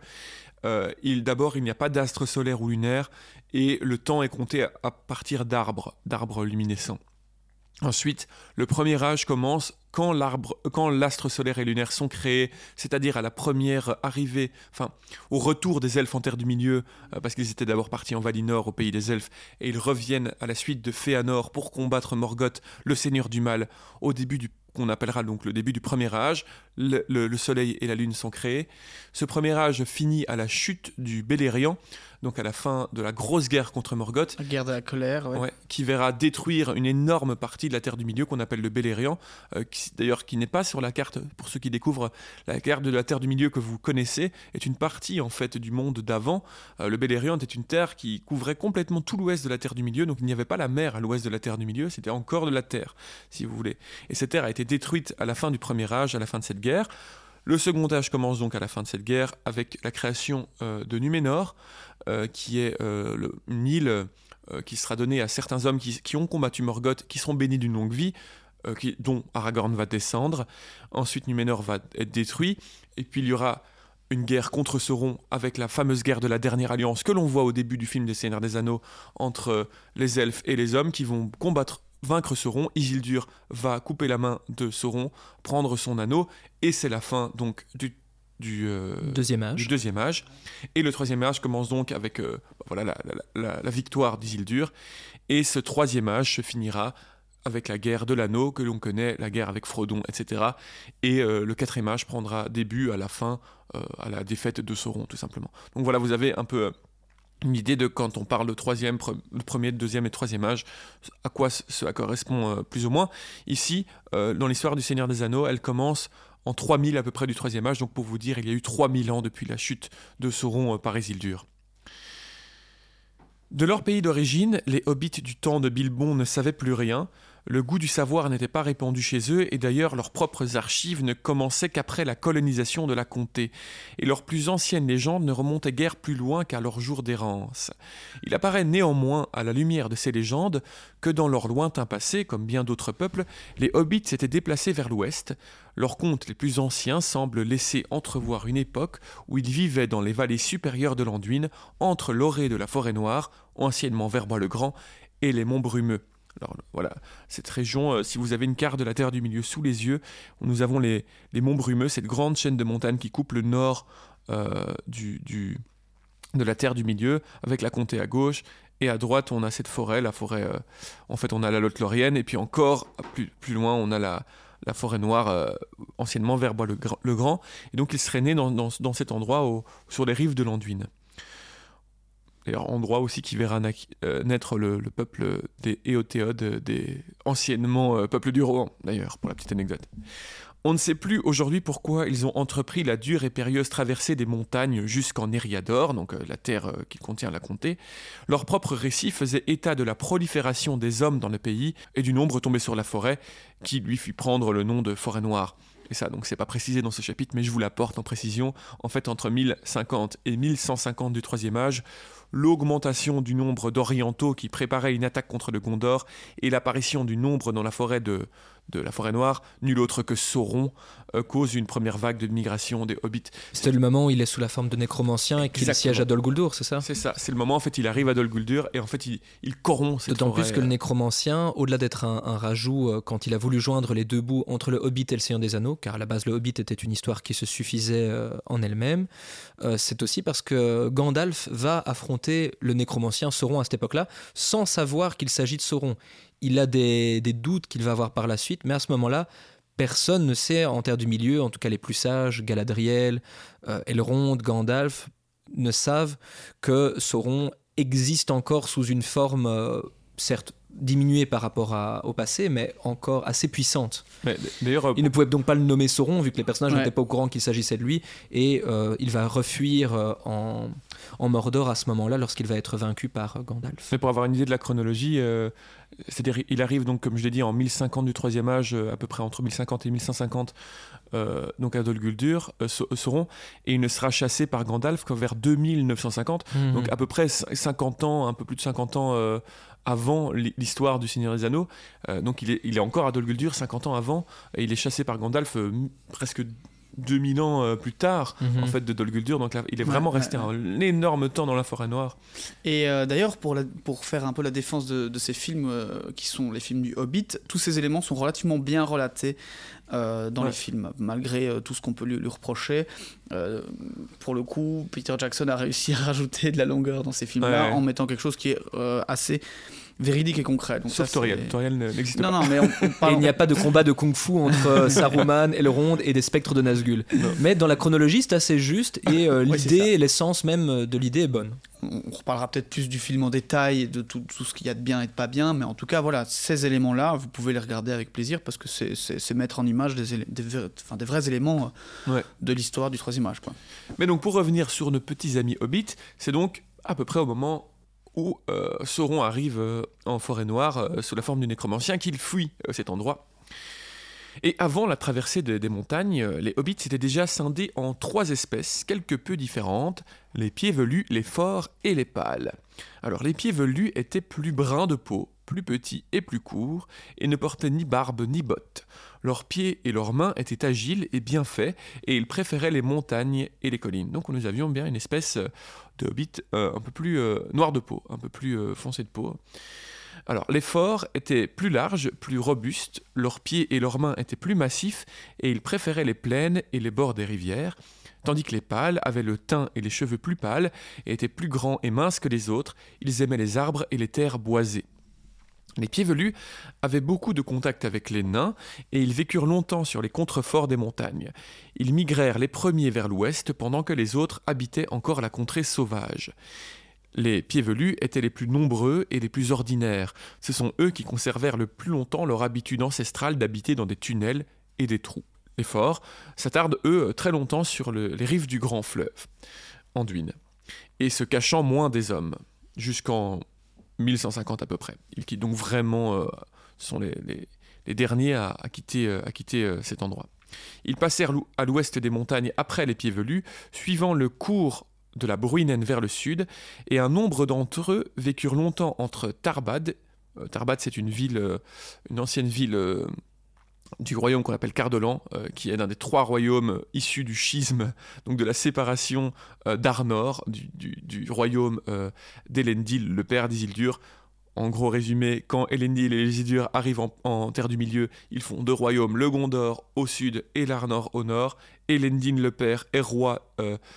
Speaker 1: D'abord il n'y a pas d'astre solaire ou lunaire et le temps est compté à partir d'arbres luminescents. Ensuite, le premier âge commence quand l'astre solaire et lunaire sont créés, c'est-à-dire à la première arrivée, au retour des elfes en Terre du Milieu, parce qu'ils étaient d'abord partis en Valinor, au pays des elfes, et ils reviennent à la suite de Fëanor pour combattre Morgoth, le seigneur du mal, au début qu'on appellera donc le début du premier âge. Le soleil et la lune sont créés. Ce premier âge finit à la chute du Beleriand, donc à la fin de la grosse guerre contre Morgoth.
Speaker 2: La guerre de la colère,
Speaker 1: qui verra détruire une énorme partie de la Terre du Milieu qu'on appelle le Beleriand, qui n'est pas sur la carte. Pour ceux qui découvrent, la carte de la Terre du Milieu que vous connaissez est une partie en fait du monde d'avant. Le Beleriand était une terre qui couvrait complètement tout l'ouest de la Terre du Milieu, donc il n'y avait pas la mer à l'ouest de la Terre du Milieu, c'était encore de la terre, si vous voulez. Et cette terre a été détruite à la fin du premier âge, à la fin de cette guerre. Le second âge commence donc à la fin de cette guerre avec la création de Númenor, qui est une île qui sera donnée à certains hommes qui ont combattu Morgoth, qui seront bénis d'une longue vie, dont Aragorn va descendre. Ensuite, Númenor va être détruit, et puis il y aura une guerre contre Sauron avec la fameuse guerre de la Dernière Alliance que l'on voit au début du film des Seigneurs des Anneaux entre les elfes et les hommes qui vont vaincre Sauron. Isildur va couper la main de Sauron, prendre son anneau, et c'est la fin donc du deuxième âge. Et le troisième âge commence donc avec la victoire d'Isildur, et ce troisième âge se finira avec la guerre de l'anneau que l'on connaît, la guerre avec Frodon, etc. Et le quatrième âge prendra début à la fin, à la défaite de Sauron, tout simplement. Donc voilà, vous avez un peu une idée de quand on parle de le premier, deuxième et troisième âge, à quoi ça correspond plus ou moins. Ici, dans l'histoire du Seigneur des Anneaux, elle commence en 3000 à peu près du troisième âge, donc pour vous dire, il y a eu 3000 ans depuis la chute de Sauron par Isildur. De leur pays d'origine, les hobbits du temps de Bilbon ne savaient plus rien. Le goût du savoir n'était pas répandu chez eux, et d'ailleurs leurs propres archives ne commençaient qu'après la colonisation de la comté, et leurs plus anciennes légendes ne remontaient guère plus loin qu'à leur jour d'errance. Il apparaît néanmoins, à la lumière de ces légendes, que dans leur lointain passé, comme bien d'autres peuples, les hobbits s'étaient déplacés vers l'ouest. Leurs contes les plus anciens semblent laisser entrevoir une époque où ils vivaient dans les vallées supérieures de l'Anduin, entre l'orée de la Forêt Noire, anciennement Verbois-le-Grand, et les monts Brumeux. Alors voilà, cette région, si vous avez une carte de la Terre du Milieu sous les yeux, nous avons les monts Brumeux, cette grande chaîne de montagnes qui coupe le nord de la Terre du Milieu, avec la comté à gauche, et à droite on a cette forêt, la forêt, en fait on a la Lot-Lorienne, et puis encore plus loin on a la Forêt Noire, anciennement Verbois-le-Grand, et donc ils seraient nés dans cet endroit, sur les rives de l'Anduin. D'ailleurs, endroit aussi qui verra naître le peuple des Éotéodes, des anciennement peuples du Rohan, d'ailleurs, pour la petite anecdote. On ne sait plus aujourd'hui pourquoi ils ont entrepris la dure et périlleuse traversée des montagnes jusqu'en Eriador, donc la terre qui contient la comté. Leur propre récit faisait état de la prolifération des hommes dans le pays et du nombre tombé sur la forêt qui lui fit prendre le nom de forêt noire. Et ça, donc c'est pas précisé dans ce chapitre, mais je vous l'apporte en précision. En fait, entre 1050 et 1150 du Troisième Âge, l'augmentation du nombre d'orientaux qui préparaient une attaque contre le Gondor et l'apparition du nombre dans la forêt de la forêt noire, nul autre que Sauron, cause une première vague de migration des hobbits.
Speaker 3: C'était le moment où il est sous la forme de nécromancien et qu'il siège à Dol Guldur, c'est ça ?
Speaker 1: C'est ça, c'est le moment, en fait, il arrive à Dol Guldur et en fait, il corrompt cette
Speaker 3: D'autant
Speaker 1: forêt.
Speaker 3: plus que le nécromancien, au-delà d'être un rajout quand il a voulu joindre les deux bouts entre le Hobbit et le Seigneur des Anneaux, car à la base le Hobbit était une histoire qui se suffisait en elle-même, c'est aussi parce que Gandalf va affronter le nécromancien Sauron à cette époque-là, sans savoir qu'il s'agit de Sauron. Il a des doutes qu'il va avoir par la suite, mais à ce moment-là, personne ne sait en Terre du Milieu, en tout cas les plus sages, Galadriel, Elrond, Gandalf, ne savent que Sauron existe encore sous une forme, certes diminuée par rapport au passé, mais encore assez puissante.
Speaker 1: Mais, d'ailleurs,
Speaker 3: il ne pouvait donc pas le nommer Sauron, vu que les personnages n'étaient pas au courant qu'il s'agissait de lui, et il va refuir en Mordor à ce moment-là, lorsqu'il va être vaincu par Gandalf.
Speaker 1: Mais pour avoir une idée de la chronologie, c'est-à-dire il arrive donc, comme je l'ai dit, en 1050 du Troisième Âge, à peu près entre 1050 et 1150, donc à Dol Guldur, Sauron, et il ne sera chassé par Gandalf que vers 2950, donc à peu près 50 ans, un peu plus de 50 ans avant l'histoire du Seigneur des Anneaux. Donc il est encore à Dol Guldur 50 ans avant, et il est chassé par Gandalf presque 2000 ans plus tard, en fait, de Dol Guldur. Donc là, il est vraiment resté un énorme temps dans la forêt noire.
Speaker 2: Et d'ailleurs, pour faire un peu la défense de ces films qui sont les films du Hobbit, tous ces éléments sont relativement bien relatés dans les films, malgré tout ce qu'on peut lui reprocher. Pour le coup, Peter Jackson a réussi à rajouter de la longueur dans ces films-là, en mettant quelque chose qui est assez véridique et concret. Donc
Speaker 1: sauf Toriel. Toriel n'existe pas.
Speaker 2: Non, mais on parle...
Speaker 3: Et il n'y a pas de combat de kung-fu entre Saruman, Elrond et des spectres de Nazgûl. Mais dans la chronologie, c'est assez juste, et l'idée, l'essence même de l'idée est bonne.
Speaker 2: On reparlera peut-être plus du film en détail, de tout ce qu'il y a de bien et de pas bien, mais en tout cas, voilà, ces éléments-là, vous pouvez les regarder avec plaisir, parce que c'est mettre en image des vrais éléments de l'histoire du Troisième Âge, quoi.
Speaker 1: Mais donc, pour revenir sur nos petits amis hobbits, c'est donc à peu près au moment où Sauron arrive en forêt noire sous la forme du nécromancien, qu'il fuit cet endroit. Et avant la traversée des montagnes, les hobbits s'étaient déjà scindés en 3 espèces quelque peu différentes, les pieds velus, les forts et les pâles. Alors les pieds velus étaient plus bruns de peau, plus petits et plus courts, et ne portaient ni barbe ni bottes. Leurs pieds et leurs mains étaient agiles et bien faits, et ils préféraient les montagnes et les collines. Donc nous avions bien une espèce de hobbit un peu plus noir de peau, un peu plus foncé de peau. Alors, les forts étaient plus larges, plus robustes, leurs pieds et leurs mains étaient plus massifs, et ils préféraient les plaines et les bords des rivières, tandis que les pâles avaient le teint et les cheveux plus pâles, et étaient plus grands et minces que les autres. Ils aimaient les arbres et les terres boisées. Les pieds velus avaient beaucoup de contact avec les nains, et ils vécurent longtemps sur les contreforts des montagnes. Ils migrèrent les premiers vers l'ouest, pendant que les autres habitaient encore la contrée sauvage. Les pieds velus étaient les plus nombreux et les plus ordinaires. Ce sont eux qui conservèrent le plus longtemps leur habitude ancestrale d'habiter dans des tunnels et des trous. Les forts s'attardent, eux, très longtemps sur les rives du grand fleuve, Anduin, et se cachant moins des hommes, jusqu'en 1150 à peu près. Ils quittent donc vraiment, sont les derniers à quitter cet endroit. Ils passèrent à l'ouest des montagnes après les pieds velus, suivant le cours de la Bruinen vers le sud, et un nombre d'entre eux vécurent longtemps entre Tarbad. Tarbad, c'est une ancienne ville du royaume qu'on appelle Cardolan, qui est l'un des 3 royaumes issus du schisme, donc de la séparation d'Arnor, du royaume d'Elendil, le père d'Isildur. En gros résumé, quand Elendil et Isildur arrivent en Terre du Milieu, ils font 2 royaumes, le Gondor au sud et l'Arnor au nord. Elendil, le père, est roi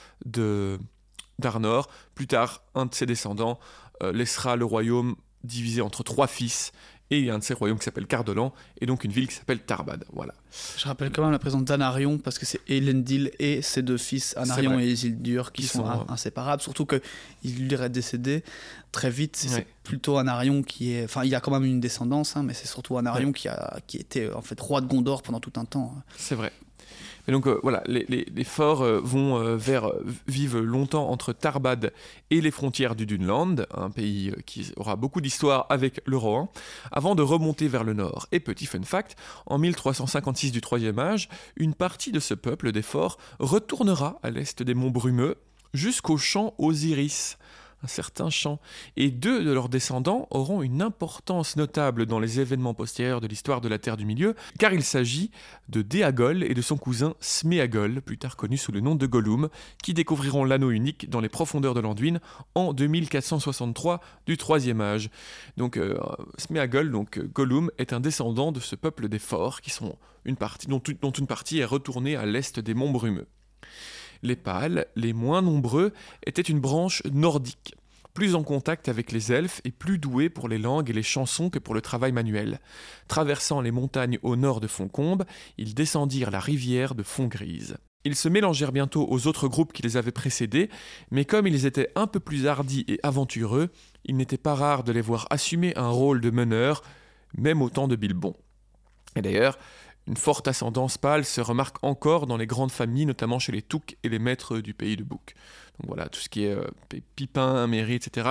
Speaker 1: d'Arnor. Plus tard, un de ses descendants laissera le royaume divisé entre 3 fils, Et il y a un de ces royaumes qui s'appelle Cardolan, et donc une ville qui s'appelle Tarbad. Voilà.
Speaker 2: Je rappelle quand même la présence d'Anarion, parce que c'est Elendil et ses deux fils, Anarion et Isildur, qui sont inséparables. Surtout que Isildur est décédé très vite. C'est plutôt Anarion qui est... Enfin, il a quand même une descendance, mais c'est surtout Anarion qui était en fait roi de Gondor pendant tout un temps.
Speaker 1: C'est vrai. Et donc voilà, les forts vivent longtemps entre Tarbad et les frontières du Dunland, un pays qui aura beaucoup d'histoire avec le Rohan, avant de remonter vers le nord. Et petit fun fact, en 1356 du Troisième Âge, une partie de ce peuple des forts retournera à l'est des monts Brumeux jusqu'au champ Osiris, un certain champ, et 2 de leurs descendants auront une importance notable dans les événements postérieurs de l'histoire de la Terre du Milieu, car il s'agit de Déagol et de son cousin Sméagol, plus tard connu sous le nom de Gollum, qui découvriront l'anneau unique dans les profondeurs de l'Anduin en 2463 du Troisième Âge. Donc Sméagol, donc Gollum, est un descendant de ce peuple des forts, qui sont dont une partie est retournée à l'est des monts Brumeux. Les Pâles, les moins nombreux, étaient une branche nordique, plus en contact avec les elfes et plus doués pour les langues et les chansons que pour le travail manuel. Traversant les montagnes au nord de Fontcombe, ils descendirent la rivière de Fontgrise. Ils se mélangèrent bientôt aux autres groupes qui les avaient précédés, mais comme ils étaient un peu plus hardis et aventureux, il n'était pas rare de les voir assumer un rôle de meneur, même au temps de Bilbon. Et d'ailleurs, une forte ascendance pâle se remarque encore dans les grandes familles, notamment chez les Touques et les maîtres du pays de Bouc. Donc voilà, tout ce qui est Pipin, Méry, etc.,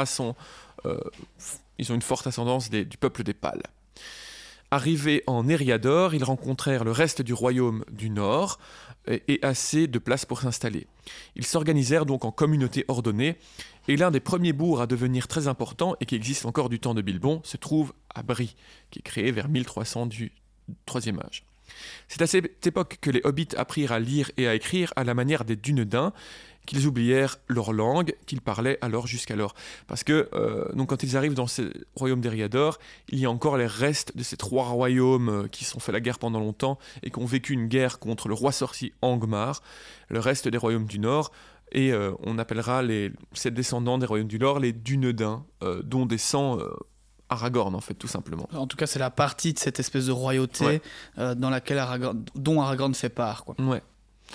Speaker 1: ils ont une forte ascendance du peuple des Pâles. Arrivés en Eriador, ils rencontrèrent le reste du royaume du Nord et assez de place pour s'installer. Ils s'organisèrent donc en communautés ordonnées, et l'un des premiers bourgs à devenir très important et qui existe encore du temps de Bilbon se trouve à Brie, qui est créé vers 1300 du Troisième Âge. C'est à cette époque que les hobbits apprirent à lire et à écrire à la manière des Dunedains, qu'ils oublièrent leur langue qu'ils parlaient alors jusqu'alors. Parce que donc quand ils arrivent dans ce royaume d'Eriador, il y a encore les restes de ces 3 royaumes qui se sont fait la guerre pendant longtemps et qui ont vécu une guerre contre le roi sorcier Angmar, le reste des royaumes du Nord, et on appellera ces descendants des royaumes du Nord les Dunedains, dont descend Aragorn, en fait, tout simplement.
Speaker 2: En tout cas, c'est la partie de cette espèce de royauté dans laquelle dont Aragorn fait part, quoi.
Speaker 1: Ouais.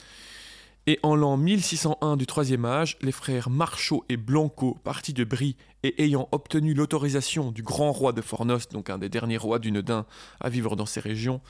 Speaker 1: Et en l'an 1601 du Troisième Âge, les frères Marchot et Blanco, partis de Brie et ayant obtenu l'autorisation du grand roi de Fornost, donc un des derniers rois Dunedain à vivre dans ces régions,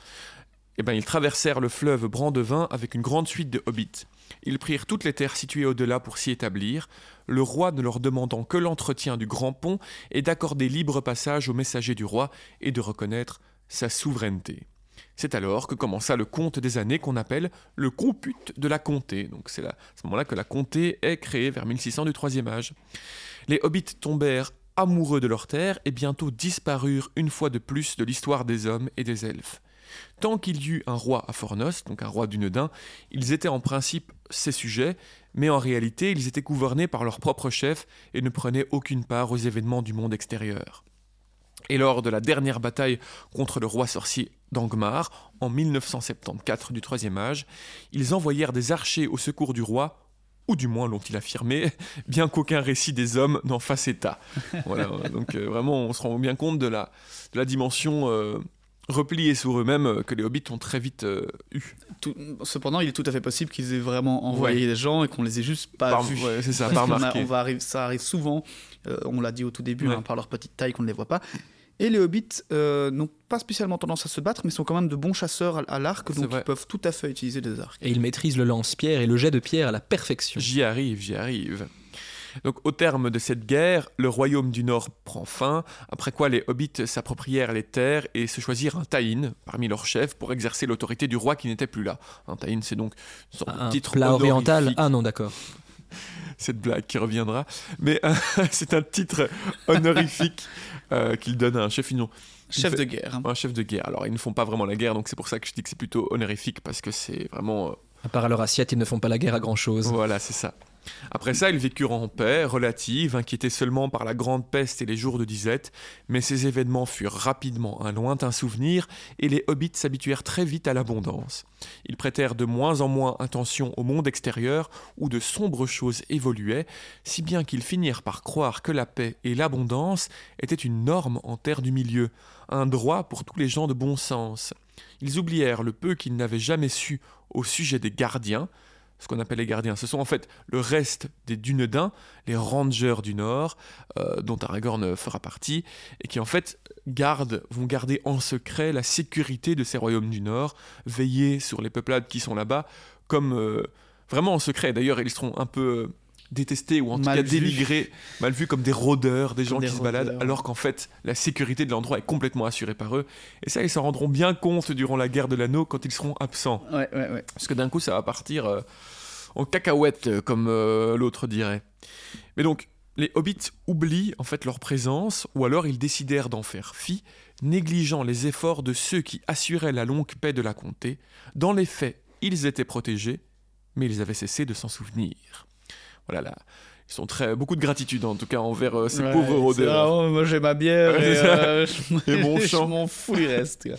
Speaker 1: ils traversèrent le fleuve Brandevin avec une grande suite de hobbits. Ils prirent toutes les terres situées au-delà pour s'y établir, le roi ne leur demandant que l'entretien du grand pont et d'accorder libre passage aux messagers du roi et de reconnaître sa souveraineté. C'est alors que commença le compte des années qu'on appelle le comput de la comté. Donc c'est à ce moment-là que la comté est créée vers 1600 du Troisième Âge. Les hobbits tombèrent amoureux de leurs terres et bientôt disparurent une fois de plus de l'histoire des hommes et des elfes. Tant qu'il y eut un roi à Fornost, donc un roi Dunedain, ils étaient en principe ses sujets, mais en réalité ils étaient gouvernés par leur propre chef et ne prenaient aucune part aux événements du monde extérieur. Et lors de la dernière bataille contre le roi sorcier d'Angmar, en 1974 du Troisième Âge, ils envoyèrent des archers au secours du roi, ou du moins l'ont-ils affirmé, bien qu'aucun récit des hommes n'en fasse état. Voilà, donc vraiment on se rend bien compte de la dimension repliés sur eux-mêmes que les hobbits ont très vite eu.
Speaker 2: Cependant, il est tout à fait possible qu'ils aient vraiment envoyé des gens et qu'on les ait juste pas vus.
Speaker 1: Ouais, c'est ça, pas remarqué.
Speaker 2: Ça arrive souvent, on l'a dit au tout début, par leur petite taille qu'on ne les voit pas. Et les hobbits n'ont pas spécialement tendance à se battre, mais sont quand même de bons chasseurs à l'arc, donc ils peuvent tout à fait utiliser des arcs.
Speaker 3: Et ils maîtrisent le lance-pierre et le jet de pierre à la perfection.
Speaker 1: J'y arrive. Donc au terme de cette guerre, le royaume du Nord prend fin, après quoi les hobbits s'approprièrent les terres et se choisirent un Taïn parmi leurs chefs pour exercer l'autorité du roi qui n'était plus là. Un Taïn, c'est donc une sorte de titre
Speaker 3: plat
Speaker 1: honorifique.
Speaker 3: oriental. Ah non, d'accord.
Speaker 1: Cette blague qui reviendra. Mais c'est un titre honorifique qu'il donne à un chef.
Speaker 2: Chef de guerre.
Speaker 1: Un chef de guerre. Alors ils ne font pas vraiment la guerre, donc c'est pour ça que je dis que c'est plutôt honorifique, parce que c'est vraiment...
Speaker 3: À part à leur assiette, ils ne font pas la guerre à grand-chose.
Speaker 1: Voilà, c'est ça. Après ça, ils vécurent en paix relative, inquiétés seulement par la grande peste et les jours de disette, mais ces événements furent rapidement un lointain souvenir et les hobbits s'habituèrent très vite à l'abondance. Ils prêtèrent de moins en moins attention au monde extérieur où de sombres choses évoluaient, si bien qu'ils finirent par croire que la paix et l'abondance étaient une norme en terre du milieu, un droit pour tous les gens de bon sens. Ils oublièrent le peu qu'ils n'avaient jamais su au sujet des gardiens. Ce qu'on appelle les gardiens, ce sont en fait le reste des Dunedains, les rangers du Nord, dont Aragorn fera partie, et qui en fait vont garder en secret la sécurité de ces royaumes du Nord, veiller sur les peuplades qui sont là-bas, comme vraiment en secret. D'ailleurs, ils seront un peu détestés ou en tout cas dénigrés, mal vus comme des rôdeurs, des gens qui se baladent, alors qu'en fait la sécurité de l'endroit est complètement assurée par eux. Et ça, ils s'en rendront bien compte durant la guerre de l'anneau quand ils seront absents.
Speaker 2: Ouais.
Speaker 1: Parce que d'un coup, ça va partir en cacahuète, comme l'autre dirait. Mais donc, les hobbits oublient en fait leur présence, ou alors ils décidèrent d'en faire fi, négligeant les efforts de ceux qui assuraient la longue paix de la comté. Dans les faits, ils étaient protégés, mais ils avaient cessé de s'en souvenir. Voilà, là, ils sont beaucoup de gratitude en tout cas envers ces pauvres rôdeurs.
Speaker 2: Moi j'ai ma bière
Speaker 1: et mon chant.
Speaker 2: Je m'en fous du reste.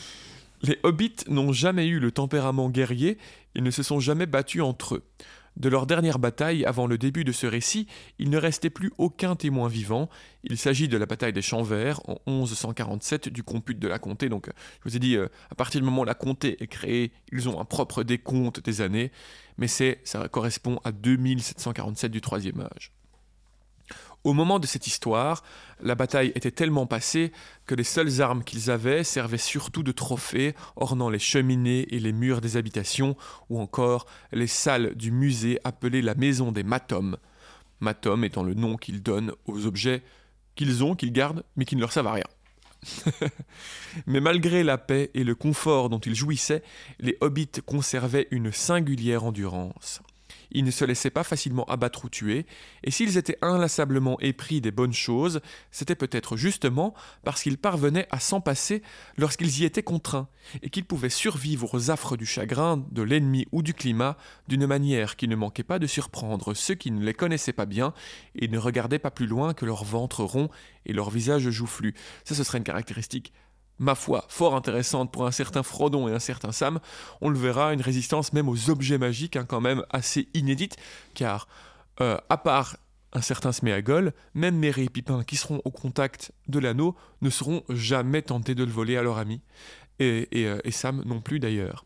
Speaker 1: Les hobbits n'ont jamais eu le tempérament guerrier, ils ne se sont jamais battus entre eux. De leur dernière bataille, avant le début de ce récit, il ne restait plus aucun témoin vivant. Il s'agit de la bataille des Champs Verts en 1147 du comput de la comté. Donc, je vous ai dit, à partir du moment où la comté est créée, ils ont un propre décompte des années, mais ça correspond à 2747 du Troisième Âge. Au moment de cette histoire, la bataille était tellement passée que les seules armes qu'ils avaient servaient surtout de trophées ornant les cheminées et les murs des habitations ou encore les salles du musée appelées la maison des Matom. Matom étant le nom qu'ils donnent aux objets qu'ils gardent mais qui ne leur servent à rien. Mais malgré la paix et le confort dont ils jouissaient, les hobbits conservaient une singulière endurance. Ils ne se laissaient pas facilement abattre ou tuer, et s'ils étaient inlassablement épris des bonnes choses, c'était peut-être justement parce qu'ils parvenaient à s'en passer lorsqu'ils y étaient contraints, et qu'ils pouvaient survivre aux affres du chagrin, de l'ennemi ou du climat d'une manière qui ne manquait pas de surprendre ceux qui ne les connaissaient pas bien et ne regardaient pas plus loin que leur ventre rond et leur visage joufflu. Ça, ce serait une caractéristique, ma foi, fort intéressante pour un certain Frodon et un certain Sam. On le verra, une résistance même aux objets magiques, quand même assez inédite, car à part un certain Sméagol, même Merry et Pippin qui seront au contact de l'anneau ne seront jamais tentés de le voler à leur ami, et Sam non plus d'ailleurs.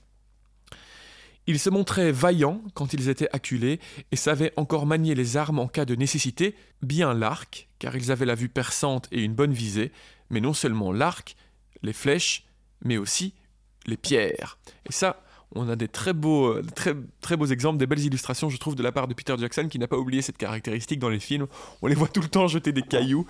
Speaker 1: Ils se montraient vaillants quand ils étaient acculés et savaient encore manier les armes en cas de nécessité, bien l'arc, car ils avaient la vue perçante et une bonne visée, mais non seulement l'arc, les flèches, mais aussi les pierres. Et ça, on a des très beaux exemples, des belles illustrations, je trouve, de la part de Peter Jackson, qui n'a pas oublié cette caractéristique dans les films. On les voit tout le temps jeter des cailloux,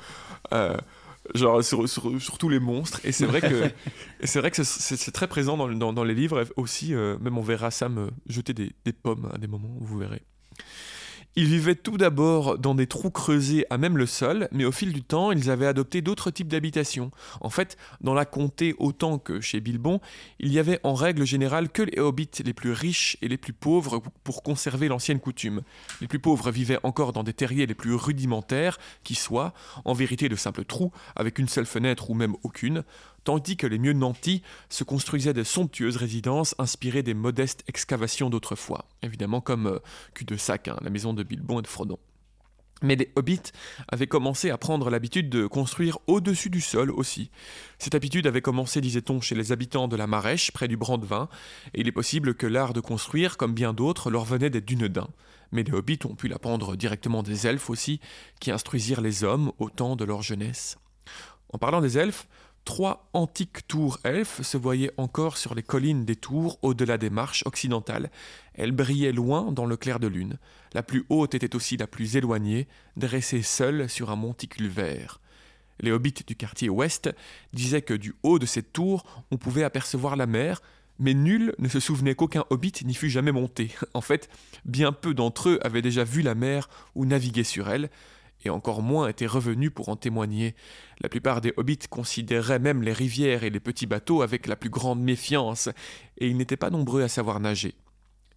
Speaker 1: genre sur tous les monstres. Et c'est vrai que c'est très présent dans les livres aussi. Même on verra Sam jeter des pommes à des moments, vous verrez. Ils vivaient tout d'abord dans des trous creusés à même le sol, mais au fil du temps, ils avaient adopté d'autres types d'habitations. En fait, dans la comté autant que chez Bilbon, il y avait en règle générale que les hobbits les plus riches et les plus pauvres pour conserver l'ancienne coutume. Les plus pauvres vivaient encore dans des terriers les plus rudimentaires qui soient, en vérité de simples trous, avec une seule fenêtre ou même aucune, tandis que les mieux nantis se construisaient de somptueuses résidences inspirées des modestes excavations d'autrefois, évidemment comme Cul-de-sac, la maison de Bilbon et de Frodon. Mais les hobbits avaient commencé à prendre l'habitude de construire au-dessus du sol aussi. Cette habitude avait commencé, disait-on, chez les habitants de la Marèche, près du Brandevin, et il est possible que l'art de construire, comme bien d'autres, leur venait des Dunedains. Mais les hobbits ont pu l'apprendre directement des elfes aussi, qui instruisirent les hommes au temps de leur jeunesse. En parlant des elfes, 3 antiques tours elfes se voyaient encore sur les collines des tours au-delà des marches occidentales. Elles brillaient loin dans le clair de lune. La plus haute était aussi la plus éloignée, dressée seule sur un monticule vert. Les hobbits du quartier ouest disaient que du haut de cette tour, on pouvait apercevoir la mer, mais nul ne se souvenait qu'aucun hobbit n'y fût jamais monté. En fait, bien peu d'entre eux avaient déjà vu la mer ou navigué sur elle, et encore moins étaient revenus pour en témoigner. La plupart des hobbits considéraient même les rivières et les petits bateaux avec la plus grande méfiance, et ils n'étaient pas nombreux à savoir nager.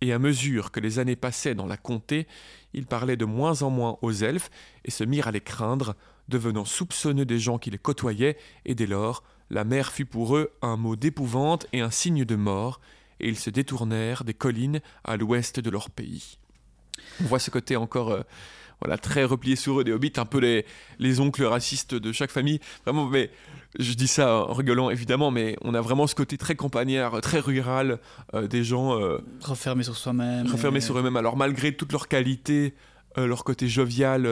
Speaker 1: Et à mesure que les années passaient dans la comté, ils parlaient de moins en moins aux elfes et se mirent à les craindre, devenant soupçonneux des gens qui les côtoyaient, et dès lors, la mer fut pour eux un mot d'épouvante et un signe de mort, et ils se détournèrent des collines à l'ouest de leur pays. On voit ce côté encore très replié sur eux des hobbits, un peu les oncles racistes de chaque famille. Vraiment, mais je dis ça en rigolant évidemment, mais on a vraiment ce côté très campagnard, très rural, des gens
Speaker 2: Refermés sur soi-même.
Speaker 1: renfermés sur eux-mêmes. Alors malgré toutes leurs qualités, leur côté jovial,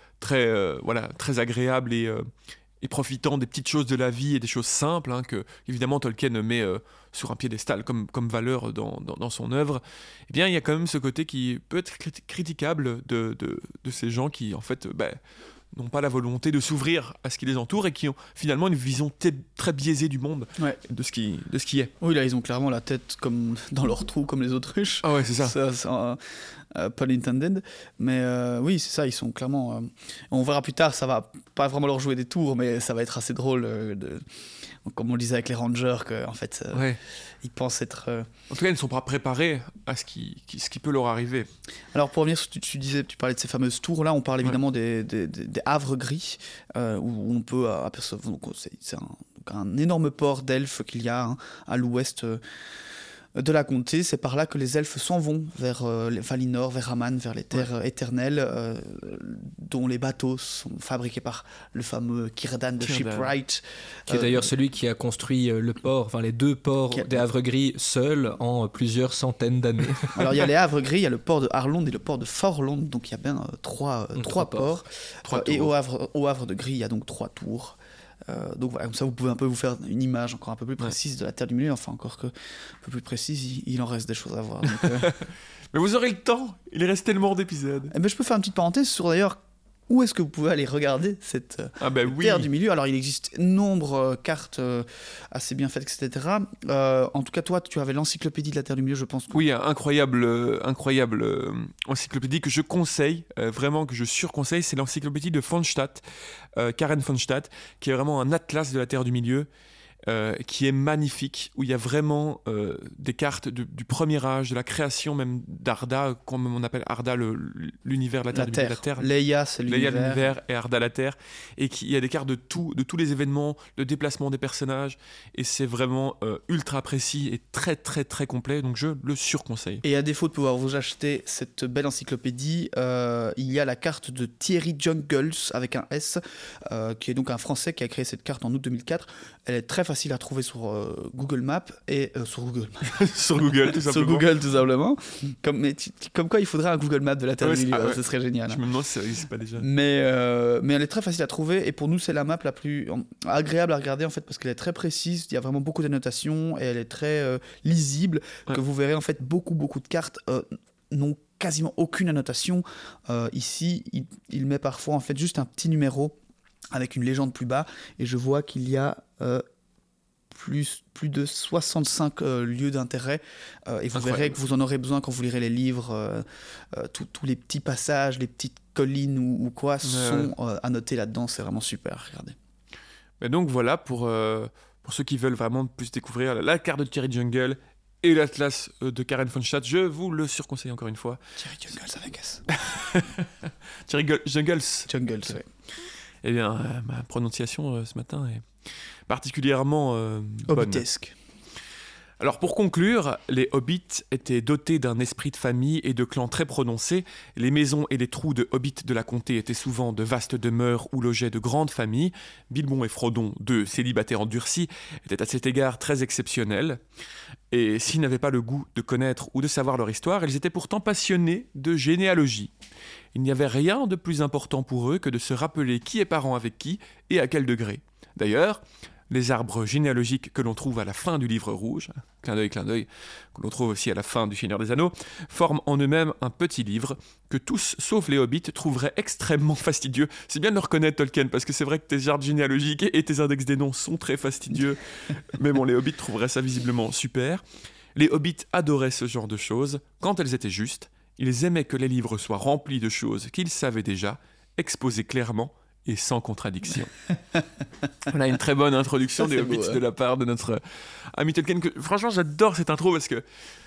Speaker 1: très agréable et profitant des petites choses de la vie et des choses simples, que évidemment Tolkien met sur un piédestal comme valeur dans son œuvre, eh bien il y a quand même ce côté qui peut être critiquable de ces gens qui en fait n'ont pas la volonté de s'ouvrir à ce qui les entoure et qui ont finalement une vision très biaisée du monde, de ce qui est.
Speaker 2: Oui, là ils ont clairement la tête comme dans leur trou comme les autruches.
Speaker 1: Ah ouais, c'est ça.
Speaker 2: Pun intended, mais oui c'est ça, ils sont clairement on verra plus tard, ça va pas vraiment leur jouer des tours, mais ça va être assez drôle comme on le disait avec les Rangers, qu'en fait ils pensent être
Speaker 1: en tout cas ils ne sont pas préparés à ce qui peut leur arriver.
Speaker 2: Alors pour revenir, tu parlais de ces fameuses tours là, on parle évidemment des havres gris, où on peut apercevoir, donc c'est un énorme port d'elfes qu'il y a à l'ouest de la comté. C'est par là que les elfes s'en vont vers Valinor, vers Aman, vers les terres éternelles, dont les bateaux sont fabriqués par le fameux Círdan de Shipwright.
Speaker 3: Qui est d'ailleurs celui qui a construit le port, enfin les deux ports des Havres Gris seul en plusieurs centaines d'années. Alors il
Speaker 2: y a les Havres Gris, il y a le port de Harlond et le port de Forlond, donc il y a bien trois ports. Et au Havre de Gris, il y a donc 3 tours. Donc voilà, comme ça vous pouvez un peu vous faire une image encore un peu plus précise de la Terre du Milieu, enfin encore que un peu plus précise, il en reste des choses à voir. Donc,
Speaker 1: Mais vous aurez le temps, il reste tellement d'épisodes.
Speaker 2: Je peux faire une petite parenthèse sur d'ailleurs où est-ce que vous pouvez aller regarder cette Terre du Milieu. Alors il existe nombre cartes assez bien faites, etc. En tout cas toi tu avais l'encyclopédie de la Terre du Milieu, je pense.
Speaker 1: Oui, incroyable encyclopédie que je conseille, vraiment que je surconseille, c'est l'encyclopédie de von Stadt, Karen von Stadt, qui est vraiment un atlas de la Terre du Milieu. Qui est magnifique, où il y a vraiment des cartes du premier âge, de la création même d'Arda, comme on appelle Arda l'univers de la Terre,
Speaker 2: la Terre. Leia, c'est
Speaker 1: l'univers et Arda la Terre, et il y a des cartes de tous les événements, le déplacement des personnages, et c'est vraiment ultra précis et très très très complet, donc je le surconseille.
Speaker 2: Et à défaut de pouvoir vous acheter cette belle encyclopédie, il y a la carte de Thierry Jungels avec un S, qui est donc un Français qui a créé cette carte en août 2004. Elle est très facile à trouver sur Google Maps et sur Google
Speaker 1: sur Google tout simplement.
Speaker 2: Sur Google tout simplement. Comme quoi il faudrait un Google Maps de la Terre du Milieu, ce serait génial.
Speaker 1: Je me demande si c'est pas déjà.
Speaker 2: Mais elle est très facile à trouver et pour nous c'est la map la plus agréable à regarder en fait parce qu'elle est très précise, il y a vraiment beaucoup d'annotations et elle est très lisible, que vous verrez en fait beaucoup de cartes n'ont quasiment aucune annotation. Ici il met parfois en fait juste un petit numéro avec une légende plus bas, et je vois qu'il y a plus de 65 lieux d'intérêt, et vous verrez que vous en aurez besoin quand vous lirez les livres, tous les petits passages, les petites collines ou quoi sont annotés là-dedans, c'est vraiment super, regardez.
Speaker 1: Mais donc voilà, pour ceux qui veulent vraiment plus découvrir la carte de Thierry Jungle et l'atlas de Karen von Stadt, je vous le surconseille encore une fois.
Speaker 2: Thierry Jungels avec S.
Speaker 1: Thierry Jungels.
Speaker 2: Jungels, oui.
Speaker 1: Eh bien, ma prononciation ce matin est particulièrement
Speaker 2: hobbitesque.
Speaker 1: Alors pour conclure, les hobbits étaient dotés d'un esprit de famille et de clan très prononcé. Les maisons et les trous de hobbits de la comté étaient souvent de vastes demeures où logeaient de grandes familles. Bilbon et Frodon, 2 célibataires endurcis, étaient à cet égard très exceptionnels. Et s'ils n'avaient pas le goût de connaître ou de savoir leur histoire, ils étaient pourtant passionnés de généalogie. Il n'y avait rien de plus important pour eux que de se rappeler qui est parent avec qui et à quel degré. D'ailleurs, les arbres généalogiques que l'on trouve à la fin du livre rouge, clin d'œil, que l'on trouve aussi à la fin du Seigneur des Anneaux, forment en eux-mêmes un petit livre que tous, sauf les hobbits, trouveraient extrêmement fastidieux. C'est bien de le reconnaître, Tolkien, parce que c'est vrai que tes arbres généalogiques et tes index des noms sont très fastidieux. Mais bon, les hobbits trouveraient ça visiblement super. Les hobbits adoraient ce genre de choses quand elles étaient justes. Ils aimaient que les livres soient remplis de choses qu'ils savaient déjà, exposées clairement et sans contradiction. On a une très bonne introduction des hobbits de la part de notre ami Tolkien. Franchement, j'adore cette intro parce que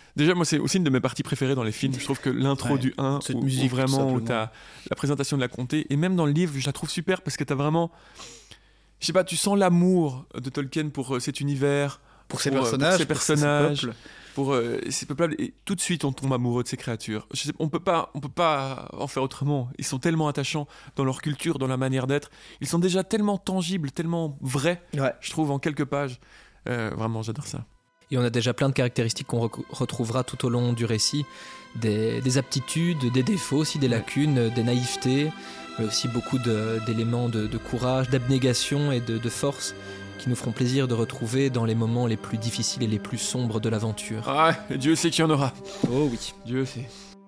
Speaker 1: Déjà, moi, c'est aussi une de mes parties préférées dans les films. Je trouve que l'intro du 1,
Speaker 2: cette
Speaker 1: où
Speaker 2: musique,
Speaker 1: vraiment, où
Speaker 2: tout
Speaker 1: t'as la présentation de la comté, et même dans le livre, je la trouve super parce que t'as vraiment... Je sais pas, tu sens l'amour de Tolkien pour cet univers,
Speaker 2: pour ces personnages,
Speaker 1: pour ces peuples, et tout de suite on tombe amoureux de ces créatures. On peut pas en faire autrement. Ils sont tellement attachants dans leur culture, dans la manière d'être. Ils sont déjà tellement tangibles, tellement vrais, je trouve, en quelques pages. Vraiment, j'adore ça.
Speaker 3: Et on a déjà plein de caractéristiques qu'on retrouvera tout au long du récit. Des aptitudes, des défauts aussi, des lacunes, des naïvetés, mais aussi beaucoup d'éléments de courage, d'abnégation et de force qui nous feront plaisir de retrouver dans les moments les plus difficiles et les plus sombres de l'aventure.
Speaker 1: Ah, Dieu sait qu'il y en aura.
Speaker 3: Oh oui.
Speaker 1: Dieu sait.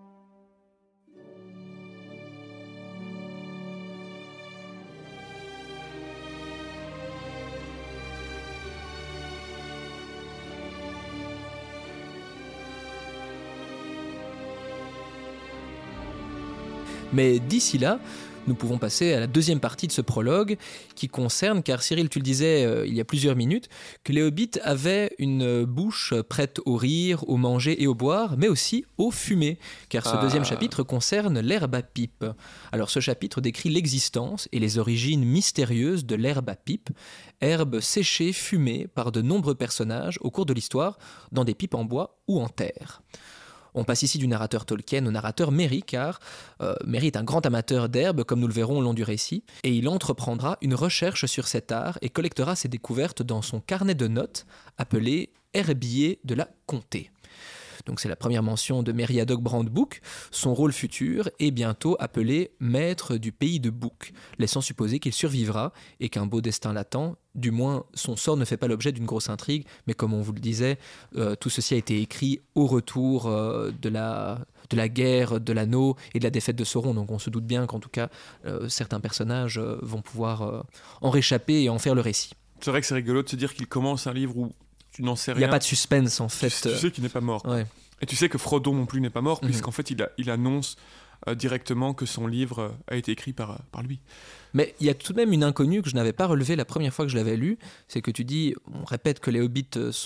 Speaker 3: Mais d'ici là, nous pouvons passer à la deuxième partie de ce prologue qui concerne, car Cyril, tu le disais il y a plusieurs minutes, que les hobbits avaient une bouche prête au rire, au manger et au boire, mais aussi au fumer, car ce deuxième chapitre concerne l'herbe à pipe. Alors ce chapitre décrit l'existence et les origines mystérieuses de l'herbe à pipe, herbe séchée, fumée par de nombreux personnages au cours de l'histoire, dans des pipes en bois ou en terre. On passe ici du narrateur Tolkien au narrateur Merry, car Merry est un grand amateur d'herbes, comme nous le verrons au long du récit, et il entreprendra une recherche sur cet art et collectera ses découvertes dans son carnet de notes, appelé « Herbier de la Comté ». Donc c'est la première mention de Meriadoc Brandebook, son rôle futur est bientôt appelé maître du pays de Book, laissant supposer qu'il survivra et qu'un beau destin l'attend. Du moins, son sort ne fait pas l'objet d'une grosse intrigue, mais comme on vous le disait, tout ceci a été écrit au retour de la guerre de l'anneau et de la défaite de Sauron. Donc on se doute bien qu'en tout cas, certains personnages vont pouvoir en réchapper et en faire le récit.
Speaker 1: C'est vrai que c'est rigolo de se dire qu'il commence un livre où tu n'en sais rien.
Speaker 3: Il n'y a pas de suspense en fait.
Speaker 1: Tu sais qu'il n'est pas mort.
Speaker 3: Ouais.
Speaker 1: Et tu sais que Frodon non plus n'est pas mort, puisqu'en fait il annonce directement que son livre a été écrit par lui.
Speaker 3: Mais il y a tout de même une inconnue que je n'avais pas relevée la première fois que je l'avais lu, c'est que tu dis, on répète que les hobbits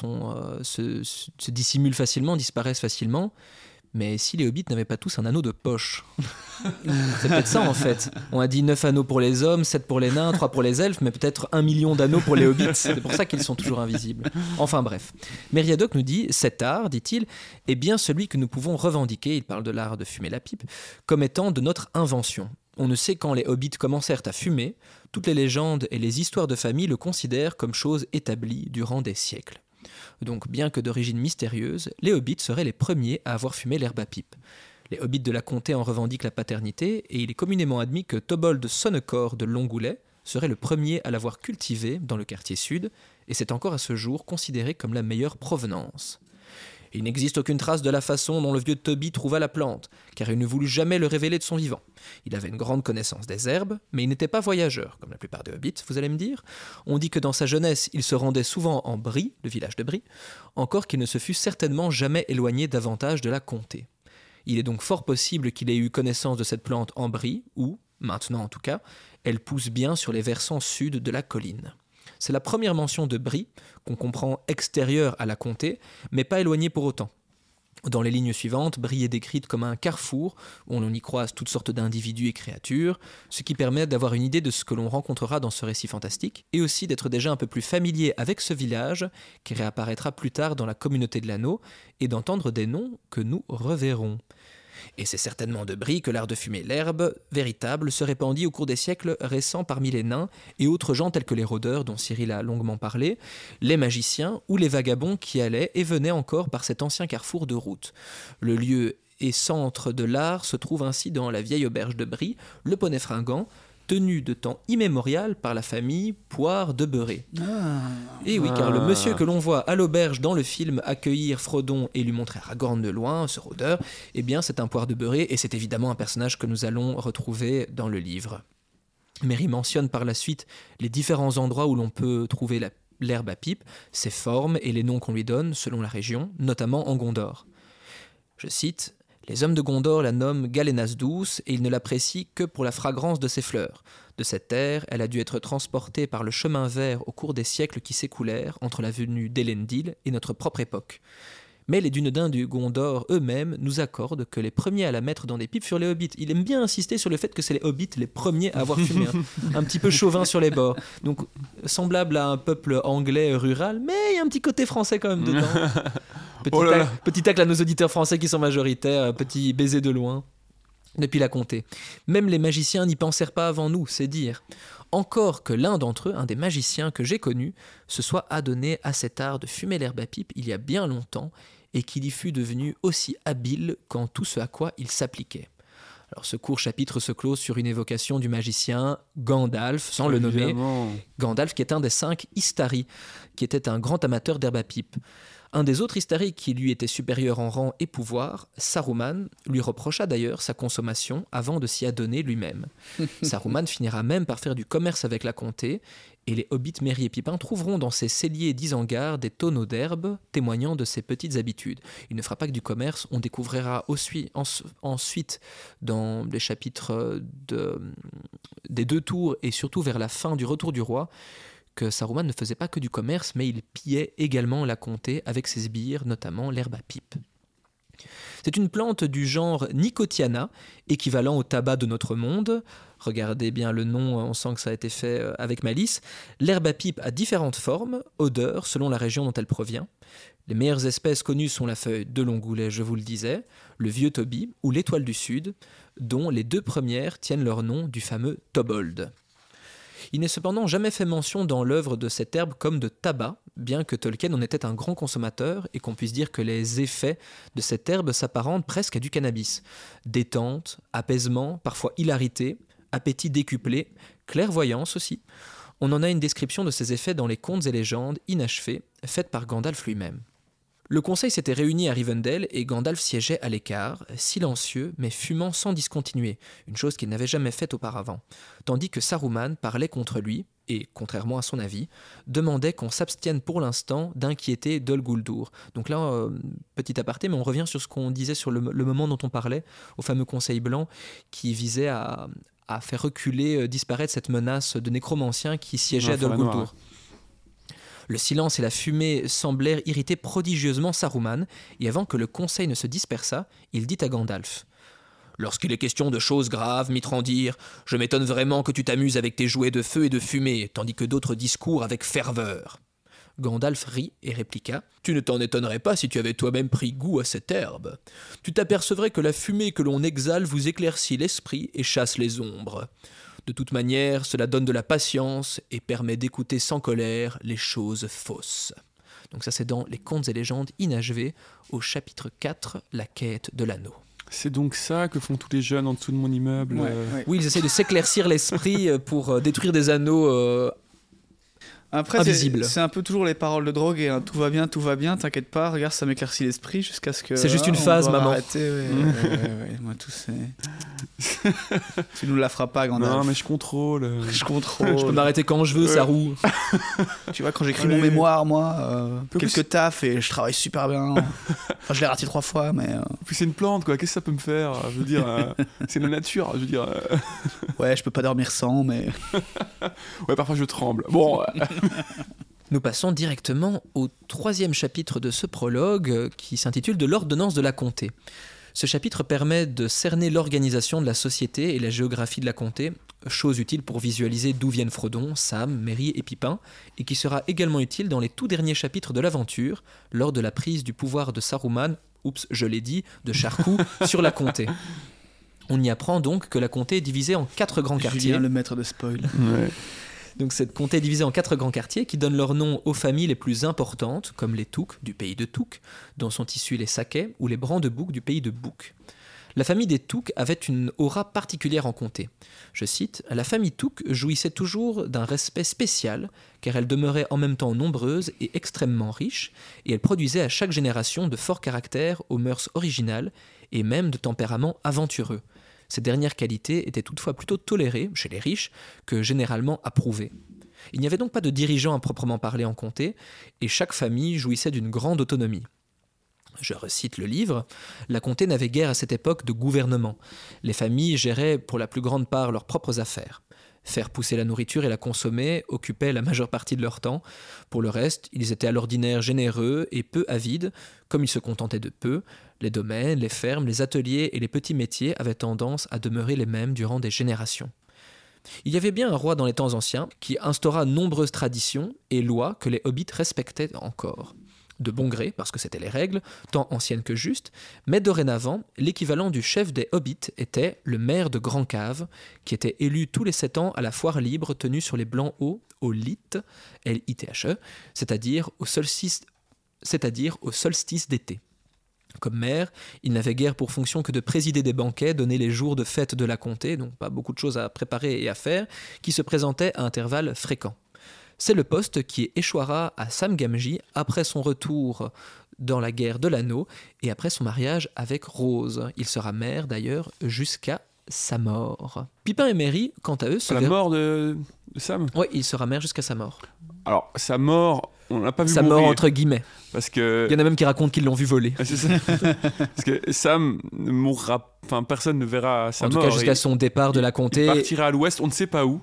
Speaker 3: se dissimulent facilement, disparaissent facilement, mais si les hobbits n'avaient pas tous un anneau de poche. C'est peut-être ça en fait. On a dit 9 anneaux pour les hommes, 7 pour les nains, 3 pour les elfes, mais peut-être 1 million d'anneaux pour les hobbits. C'est pour ça qu'ils sont toujours invisibles. Enfin bref. Meriadoc nous dit, cet art, dit-il, est bien celui que nous pouvons revendiquer, il parle de l'art de fumer la pipe, comme étant de notre invention. On ne sait quand les hobbits commencèrent à fumer, toutes les légendes et les histoires de famille le considèrent comme chose établie durant des siècles. Donc, bien que d'origine mystérieuse, les hobbits seraient les premiers à avoir fumé l'herbe à pipe. Les hobbits de la comté en revendiquent la paternité, et il est communément admis que Tobold Sonnecor de Longoulet serait le premier à l'avoir cultivé dans le quartier sud, et c'est encore à ce jour considéré comme la meilleure provenance. Il n'existe aucune trace de la façon dont le vieux Toby trouva la plante, car il ne voulut jamais le révéler de son vivant. Il avait une grande connaissance des herbes, mais il n'était pas voyageur, comme la plupart des hobbits, vous allez me dire. On dit que dans sa jeunesse, il se rendait souvent en Brie, le village de Brie, encore qu'il ne se fût certainement jamais éloigné davantage de la comté. Il est donc fort possible qu'il ait eu connaissance de cette plante en Brie, où, maintenant en tout cas, elle pousse bien sur les versants sud de la colline. C'est la première mention de Brie, qu'on comprend extérieure à la comté, mais pas éloignée pour autant. Dans les lignes suivantes, Brie est décrite comme un carrefour, où l'on y croise toutes sortes d'individus et créatures, ce qui permet d'avoir une idée de ce que l'on rencontrera dans ce récit fantastique, et aussi d'être déjà un peu plus familier avec ce village, qui réapparaîtra plus tard dans la communauté de l'anneau, et d'entendre des noms que nous reverrons. Et c'est certainement de Brie que l'art de fumer l'herbe véritable se répandit au cours des siècles récents parmi les nains et autres gens tels que les rôdeurs dont Cyril a longuement parlé, les magiciens ou les vagabonds qui allaient et venaient encore par cet ancien carrefour de route. Le lieu et centre de l'art se trouve ainsi dans la vieille auberge de Brie, le Poney Fringant, tenu de temps immémorial par la famille Poire de Beurré. Et oui, car le monsieur que l'on voit à l'auberge dans le film accueillir Frodon et lui montrer Aragorn de loin, ce rôdeur, eh bien c'est un Poire de Beurré et c'est évidemment un personnage que nous allons retrouver dans le livre. Merry mentionne par la suite les différents endroits où l'on peut trouver l'herbe à pipe, ses formes et les noms qu'on lui donne selon la région, notamment en Gondor. Je cite: les hommes de Gondor la nomment Galénas douce et ils ne l'apprécient que pour la fragrance de ses fleurs. De cette terre, elle a dû être transportée par le chemin vert au cours des siècles qui s'écoulèrent entre la venue d'Elendil et notre propre époque. Mais les Dunedains du Gondor eux-mêmes nous accordent que les premiers à la mettre dans des pipes furent les hobbits. Il aime bien insister sur le fait que c'est les hobbits les premiers à avoir fumé, un petit peu chauvin sur les bords. Donc semblable à un peuple anglais rural, mais il y a un petit côté français quand même dedans. Petit tacle à nos auditeurs français qui sont majoritaires, petit baiser de loin. Depuis la comté. Même les magiciens n'y pensèrent pas avant nous, c'est dire. Encore que l'un d'entre eux, un des magiciens que j'ai connus, se soit adonné à cet art de fumer l'herbe à pipe il y a bien longtemps et qu'il y fût devenu aussi habile qu'en tout ce à quoi il s'appliquait. Alors ce court chapitre se close sur une évocation du magicien Gandalf, sans le nommer. Gandalf qui est un des 5 Istari, qui était un grand amateur d'herbe à pipe. Un des autres Istari qui lui était supérieur en rang et pouvoir, Saruman, lui reprocha d'ailleurs sa consommation avant de s'y adonner lui-même. Saruman finira même par faire du commerce avec la comté, et les hobbits Merry et Pipin trouveront dans ses celliers d'Isengard des tonneaux d'herbe témoignant de ses petites habitudes. Il ne fera pas que du commerce, on découvrira ensuite dans les chapitres des 2 tours et surtout vers la fin du Retour du Roi, que Saruman ne faisait pas que du commerce, mais il pillait également la comté avec ses sbires, notamment l'herbe à pipe. C'est une plante du genre Nicotiana, équivalent au tabac de notre monde. Regardez bien le nom, on sent que ça a été fait avec malice. L'herbe à pipe a différentes formes, odeurs, selon la région dont elle provient. Les meilleures espèces connues sont la feuille de Longoulet, je vous le disais, le vieux Toby ou l'étoile du Sud, dont les 2 premières tiennent leur nom du fameux Tobold. Il n'est cependant jamais fait mention dans l'œuvre de cette herbe comme de tabac, bien que Tolkien en était un grand consommateur et qu'on puisse dire que les effets de cette herbe s'apparentent presque à du cannabis. Détente, apaisement, parfois hilarité, appétit décuplé, clairvoyance aussi. On en a une description de ces effets dans les contes et légendes inachevés, faites par Gandalf lui-même. Le conseil s'était réuni à Rivendell et Gandalf siégeait à l'écart, silencieux mais fumant sans discontinuer, une chose qu'il n'avait jamais faite auparavant, tandis que Saruman parlait contre lui et, contrairement à son avis, demandait qu'on s'abstienne pour l'instant d'inquiéter Dol Guldur. Donc là, petit aparté, mais on revient sur ce qu'on disait sur le moment dont on parlait, au fameux conseil blanc qui visait à faire reculer, disparaître cette menace de nécromancien qui siégeait à Dol Guldur. Le silence et la fumée semblèrent irriter prodigieusement Saruman, et avant que le conseil ne se dispersât, il dit à Gandalf « Lorsqu'il est question de choses graves, Mithrandir, je m'étonne vraiment que tu t'amuses avec tes jouets de feu et de fumée, tandis que d'autres discourent avec ferveur. » Gandalf rit et répliqua « Tu ne t'en étonnerais pas si tu avais toi-même pris goût à cette herbe. Tu t'apercevrais que la fumée que l'on exhale vous éclaircit l'esprit et chasse les ombres. De toute manière, cela donne de la patience et permet d'écouter sans colère les choses fausses. » Donc ça c'est dans les contes et légendes inachevés, au chapitre 4, la quête de l'anneau.
Speaker 1: C'est donc ça que font tous les jeunes en dessous de mon immeuble.
Speaker 2: Ouais.
Speaker 3: Oui, ils essaient de s'éclaircir l'esprit pour détruire des anneaux
Speaker 2: Après,
Speaker 3: invisibles.
Speaker 2: c'est un peu toujours les paroles de drogue et tout va bien, t'inquiète pas, regarde, ça m'éclaircit l'esprit jusqu'à ce que...
Speaker 3: C'est juste une phase, maman.
Speaker 2: Arrêter, ouais. Moi, tout c'est... Tu nous la feras pas, Gandalf.
Speaker 1: Non, mais je contrôle.
Speaker 2: Je contrôle.
Speaker 3: Je peux m'arrêter quand je veux, ça roule.
Speaker 2: Tu vois, quand j'écris mon mémoire, moi, quelques tafs et je travaille super bien. Enfin, je l'ai raté 3 fois, mais...
Speaker 1: Puis c'est une plante, quoi. Qu'est-ce que ça peut me faire ? Je veux dire, c'est la nature. Je veux dire.
Speaker 2: Ouais, je peux pas dormir sans, mais...
Speaker 1: Ouais, parfois je tremble. Bon.
Speaker 3: Nous passons directement au 3e chapitre de ce prologue qui s'intitule « De l'ordonnance de la comté ». Ce chapitre permet de cerner l'organisation de la société et la géographie de la comté, chose utile pour visualiser d'où viennent Frodon, Sam, Merry et Pipin, et qui sera également utile dans les tout derniers chapitres de l'aventure, lors de la prise du pouvoir de Saruman, je l'ai dit, de Charcou, sur la comté. On y apprend donc que la comté est divisée en 4 grands quartiers.
Speaker 2: Julien, le maître de spoil.
Speaker 1: Ouais.
Speaker 3: Donc cette comté est divisée en 4 grands quartiers qui donnent leur nom aux familles les plus importantes, comme les Touks du pays de Touk, dont sont issus les Sakais, ou les Brandebouc du pays de Bouc. La famille des Touks avait une aura particulière en comté. Je cite, « La famille Touk jouissait toujours d'un respect spécial, car elle demeurait en même temps nombreuse et extrêmement riche, et elle produisait à chaque génération de forts caractères aux mœurs originales et même de tempéraments aventureux. Ces dernières qualités étaient toutefois plutôt tolérées chez les riches que généralement approuvées. Il n'y avait donc pas de dirigeant à proprement parler en comté, et chaque famille jouissait d'une grande autonomie. Je recite le livre, « La comté n'avait guère à cette époque de gouvernement. Les familles géraient pour la plus grande part leurs propres affaires. Faire pousser la nourriture et la consommer occupait la majeure partie de leur temps. Pour le reste, ils étaient à l'ordinaire généreux et peu avides, comme ils se contentaient de peu. Les domaines, les fermes, les ateliers et les petits métiers avaient tendance à demeurer les mêmes durant des générations. Il y avait bien un roi dans les temps anciens qui instaura nombreuses traditions et lois que les hobbits respectaient encore. De bon gré, parce que c'était les règles, tant anciennes que justes, mais dorénavant, l'équivalent du chef des hobbits était le maire de Grand Cave, qui était élu tous les 7 ans à la foire libre tenue sur les Blancs-Hauts, au Lith, L-I-T-H-E, c'est-à-dire au solstice d'été. Comme maire, il n'avait guère pour fonction que de présider des banquets, donner les jours de fête de la comté, donc pas beaucoup de choses à préparer et à faire, qui se présentaient à intervalles fréquents. C'est le poste qui échoira à Sam Gamgee après son retour dans la guerre de l'Anneau et après son mariage avec Rose. Il sera maire d'ailleurs jusqu'à sa mort. Pippin et Merry, quant à eux,
Speaker 1: La mort de Sam.
Speaker 3: Oui, il sera maire jusqu'à sa mort.
Speaker 1: Alors, sa mort, on l'a pas vu
Speaker 3: sa
Speaker 1: mourir.
Speaker 3: Sa mort entre guillemets.
Speaker 1: Parce que...
Speaker 3: Il y en a même qui racontent qu'ils l'ont vu voler.
Speaker 1: C'est ça. Parce que Sam ne mourra... Enfin, personne ne verra sa mort.
Speaker 3: En tout cas, jusqu'à son départ de la comté.
Speaker 1: Il partira à l'ouest, on ne sait pas où.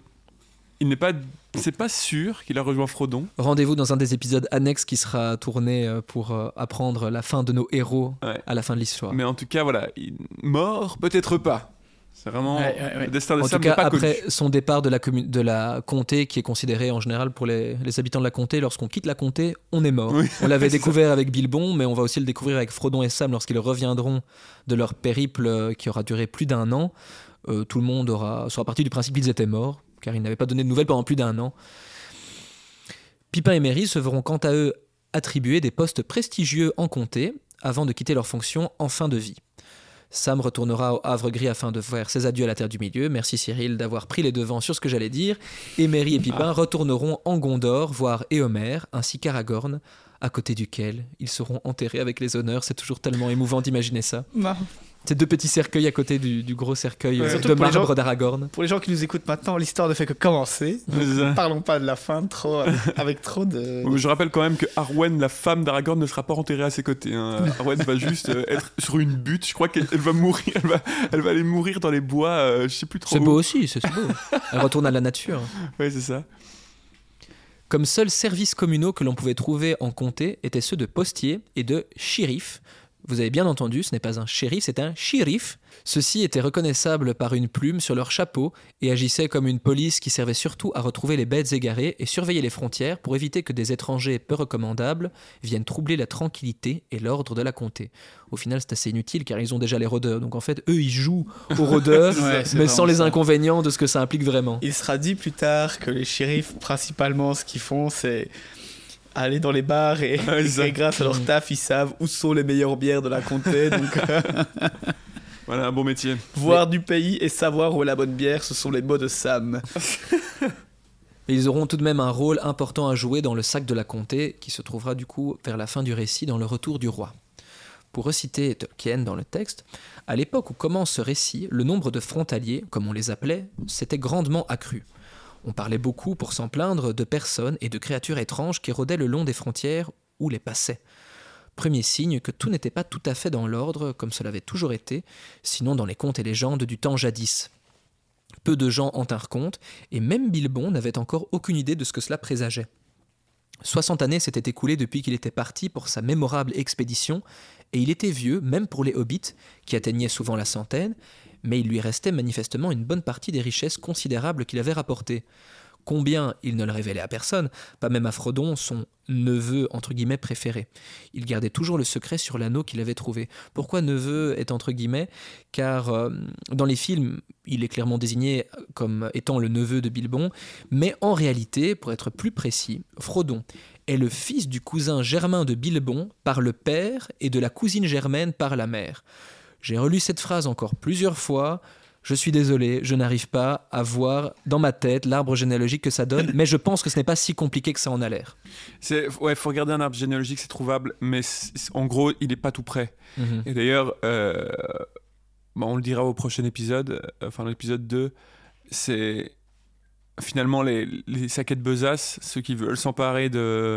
Speaker 1: C'est pas sûr qu'il a rejoint Frodon.
Speaker 3: Rendez-vous dans un des épisodes annexes qui sera tourné pour apprendre la fin de nos héros à la fin de l'histoire.
Speaker 1: Mais en tout cas, voilà, mort, peut-être pas. C'est vraiment le destin de
Speaker 3: Sam.
Speaker 1: En tout cas,
Speaker 3: pas après
Speaker 1: connu.
Speaker 3: Son départ de la comté, qui est considéré en général pour les habitants de la comté, lorsqu'on quitte la comté, on est mort. Oui, on l'avait découvert avec Bilbon, mais on va aussi le découvrir avec Frodon et Sam lorsqu'ils reviendront de leur périple qui aura duré plus d'1 an. Tout le monde sera parti du principe qu'ils étaient morts, car ils n'avaient pas donné de nouvelles pendant plus d'1 an. Pippin et Merry se verront quant à eux attribuer des postes prestigieux en comté avant de quitter leurs fonctions en fin de vie. Sam retournera au Havre Gris afin de faire ses adieux à la Terre du Milieu. Merci Cyril d'avoir pris les devants sur ce que j'allais dire. Et Merry et Pippin retourneront en Gondor voir Éomer ainsi qu'Aragorn, à côté duquel ils seront enterrés avec les honneurs. C'est toujours tellement émouvant d'imaginer ça. Non. Ces 2 petits cercueils à côté du gros cercueil de marbre d'Aragorn.
Speaker 2: Pour les gens qui nous écoutent maintenant, l'histoire ne fait que commencer. Ne parlons pas de la fin avec trop de...
Speaker 1: Je rappelle quand même que Arwen, la femme d'Aragorn, ne sera pas enterrée à ses côtés. Arwen va juste être sur une butte. Je crois qu'elle va mourir. Elle va aller mourir dans les bois. Je sais plus trop.
Speaker 3: C'est beau aussi, c'est beau. Elle retourne à la nature.
Speaker 1: Oui, c'est ça.
Speaker 3: Comme seuls services communaux que l'on pouvait trouver en comté étaient ceux de postier et de shérif. Vous avez bien entendu, ce n'est pas un shérif, c'est un shérif. Ceux-ci étaient reconnaissables par une plume sur leur chapeau et agissaient comme une police qui servait surtout à retrouver les bêtes égarées et surveiller les frontières pour éviter que des étrangers peu recommandables viennent troubler la tranquillité et l'ordre de la comté. Au final, c'est assez inutile car ils ont déjà les rôdeurs. Donc en fait, eux, ils jouent aux rôdeurs, mais sans les inconvénients de ce que ça implique vraiment.
Speaker 2: Il sera dit plus tard que les shérifs, principalement, ce qu'ils font, c'est... aller dans les bars et grâce à leur taf, ils savent où sont les meilleures bières de la comté. Donc
Speaker 1: voilà, un bon métier.
Speaker 2: Voir du pays et savoir où est la bonne bière, ce sont les mots de Sam.
Speaker 3: Et ils auront tout de même un rôle important à jouer dans le sac de la comté, qui se trouvera du coup vers la fin du récit dans le retour du roi. Pour reciter Tolkien dans le texte, à l'époque où commence ce récit, le nombre de frontaliers, comme on les appelait, s'était grandement accru. On parlait beaucoup, pour s'en plaindre, de personnes et de créatures étranges qui rôdaient le long des frontières ou les passaient. Premier signe que tout n'était pas tout à fait dans l'ordre, comme cela avait toujours été, sinon dans les contes et légendes du temps jadis. Peu de gens en tinrent compte, et même Bilbon n'avait encore aucune idée de ce que cela présageait. 60 années s'étaient écoulées depuis qu'il était parti pour sa mémorable expédition, et il était vieux, même pour les hobbits, qui atteignaient souvent la centaine, mais il lui restait manifestement une bonne partie des richesses considérables qu'il avait rapportées. Combien il ne le révélait à personne, pas même à Frodon, son neveu entre guillemets préféré. Il gardait toujours le secret sur l'anneau qu'il avait trouvé. Pourquoi neveu est entre guillemets ? Car dans les films, il est clairement désigné comme étant le neveu de Bilbon, mais en réalité, pour être plus précis, Frodon est le fils du cousin germain de Bilbon par le père et de la cousine germaine par la mère. J'ai relu cette phrase encore plusieurs fois. Je suis désolé, je n'arrive pas à voir dans ma tête l'arbre généalogique que ça donne, mais je pense que ce n'est pas si compliqué que ça en a l'air.
Speaker 1: Ouais, faut regarder un arbre généalogique, c'est trouvable, mais en gros, il n'est pas tout prêt. Et d'ailleurs, on le dira au prochain épisode, enfin l'épisode 2, c'est finalement les saquets de besace, ceux qui veulent s'emparer de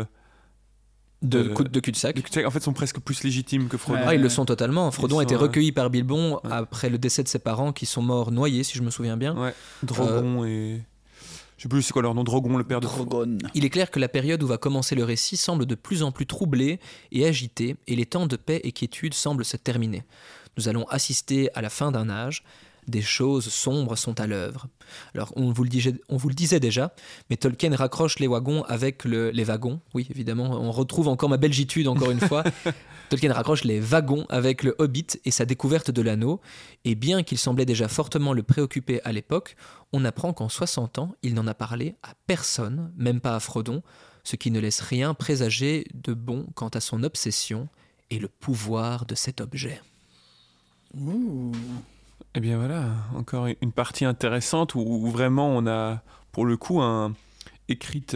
Speaker 3: cul-de-sac.
Speaker 1: En fait, sont presque plus légitimes que Frodon.
Speaker 3: Ils le sont totalement. Frodon a été recueilli par Bilbon après le décès de ses parents qui sont morts noyés, si je me souviens bien.
Speaker 1: Ouais. Drogon et... Je sais plus c'est quoi leur nom, Drogon, le père de
Speaker 2: Drogon.
Speaker 3: Il est clair que la période où va commencer le récit semble de plus en plus troublée et agitée, et les temps de paix et quiétude semblent se terminer. Nous allons assister à la fin d'un âge. Des choses sombres sont à l'œuvre. Alors, on vous le disait déjà, mais Tolkien raccroche les wagons avec les wagons. Oui, évidemment, on retrouve encore ma belgitude, encore une fois. Tolkien raccroche les wagons avec le Hobbit et sa découverte de l'anneau. Et bien qu'il semblait déjà fortement le préoccuper à l'époque, on apprend qu'en 60 ans, il n'en a parlé à personne, même pas à Frodon, ce qui ne laisse rien présager de bon quant à son obsession et le pouvoir de cet objet.
Speaker 2: Ouh.
Speaker 1: Eh bien voilà, encore une partie intéressante où vraiment on a, pour le coup, écrite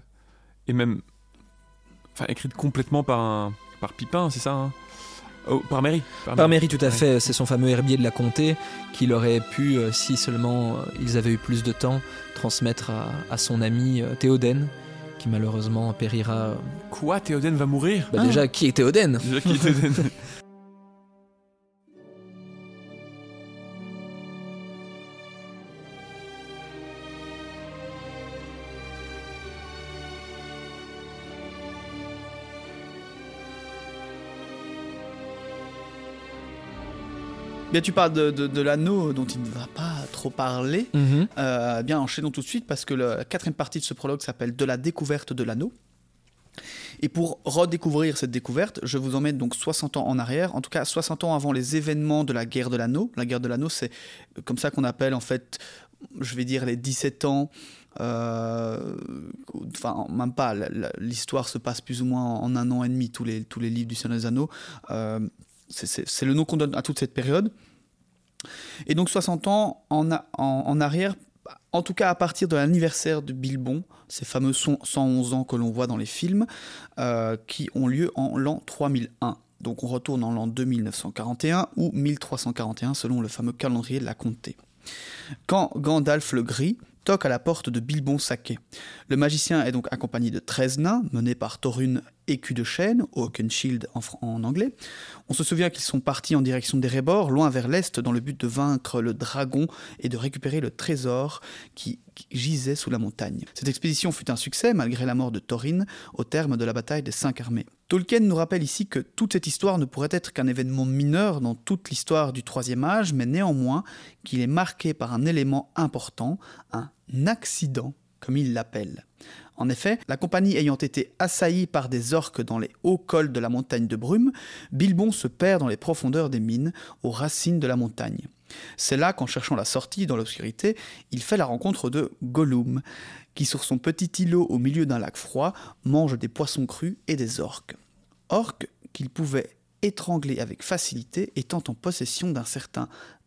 Speaker 1: écrite complètement par Pipin, c'est ça hein par Merry.
Speaker 3: Par Merry, tout à fait. C'est son fameux herbier de la comté qu'il aurait pu, si seulement ils avaient eu plus de temps, transmettre à son ami Théoden, qui malheureusement périra.
Speaker 1: Quoi, Théoden va mourir
Speaker 3: Déjà, qui est Théoden
Speaker 1: Déjà, qui est Théoden
Speaker 2: Bien, tu parles de l'anneau dont il ne va pas trop parler. Bien, enchaînons tout de suite parce que la quatrième partie de ce prologue s'appelle « De la découverte de l'anneau ». Et pour redécouvrir cette découverte, je vous emmène donc 60 ans en arrière, en tout cas 60 ans avant les événements de la guerre de l'anneau. La guerre de l'anneau, c'est comme ça qu'on appelle en fait, je vais dire les 17 ans, enfin même pas, l'histoire se passe plus ou moins en un an et demi, tous les livres du Seigneur des Anneaux. C'est le nom qu'on donne à toute cette période. Et donc 60 ans en arrière, en tout cas à partir de l'anniversaire de Bilbon, ces fameux 111 ans que l'on voit dans les films, qui ont lieu en l'an 3001. Donc on retourne en l'an 2941 ou 1341 selon le fameux calendrier de la comté. Quand Gandalf le Gris toque à la porte de Bilbon Saquet. Le magicien est donc accompagné de 13 nains, menés par Thorun Écu de Chêne, Oakenshield en anglais. On se souvient qu'ils sont partis en direction d'Erebor, loin vers l'est, dans le but de vaincre le dragon et de récupérer le trésor qui gisait sous la montagne. Cette expédition fut un succès, malgré la mort de Thorin, au terme de la bataille des 5 armées. Tolkien nous rappelle ici que toute cette histoire ne pourrait être qu'un événement mineur dans toute l'histoire du Troisième Âge, mais néanmoins qu'il est marqué par un élément important, un accident, comme il l'appelle. En effet, la compagnie ayant été assaillie par des orques dans les hauts cols de la montagne de Brume, Bilbon se perd dans les profondeurs des mines, aux racines de la montagne. C'est là qu'en cherchant la sortie dans l'obscurité, il fait la rencontre de Gollum, qui sur son petit îlot au milieu d'un lac froid, mange des poissons crus et des orques. Orques qu'il pouvait étrangler avec facilité, étant en possession d'un certain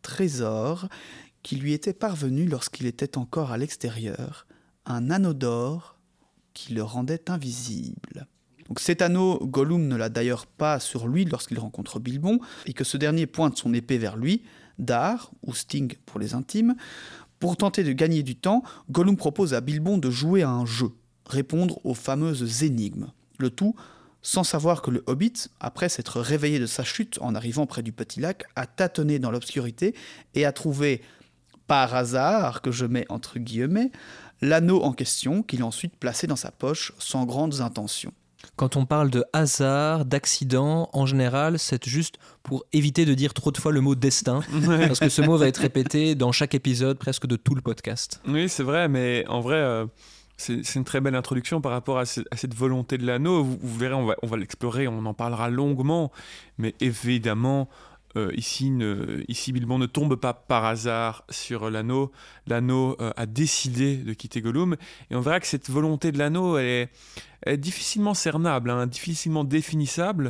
Speaker 2: trésor qui lui était parvenu lorsqu'il était encore à l'extérieur, un anneau d'or qui le rendait invisible. Donc cet anneau, Gollum ne l'a d'ailleurs pas sur lui lorsqu'il rencontre Bilbon, et que ce dernier pointe son épée vers lui, Dar, ou Sting pour les intimes. Pour tenter de gagner du temps, Gollum propose à Bilbon de jouer à un jeu, répondre aux fameuses énigmes. Le tout sans savoir que le Hobbit, après s'être réveillé de sa chute en arrivant près du petit lac, a tâtonné dans l'obscurité et a trouvé, par hasard, que je mets entre guillemets, l'anneau en question qu'il a ensuite placé dans sa poche sans grandes intentions.
Speaker 3: Quand on parle de hasard, d'accident, en général, c'est juste pour éviter de dire trop de fois le mot destin, parce que ce mot va être répété dans chaque épisode presque de tout le podcast.
Speaker 1: Oui, c'est vrai, mais en vrai, c'est une très belle introduction par rapport à cette volonté de l'anneau. Vous verrez, on va l'explorer, on en parlera longuement, mais évidemment... Ici, Bilbon ne tombe pas par hasard sur l'anneau. L'anneau a décidé de quitter Gollum. Et on verra que cette volonté de l'anneau, elle est difficilement cernable, difficilement définissable.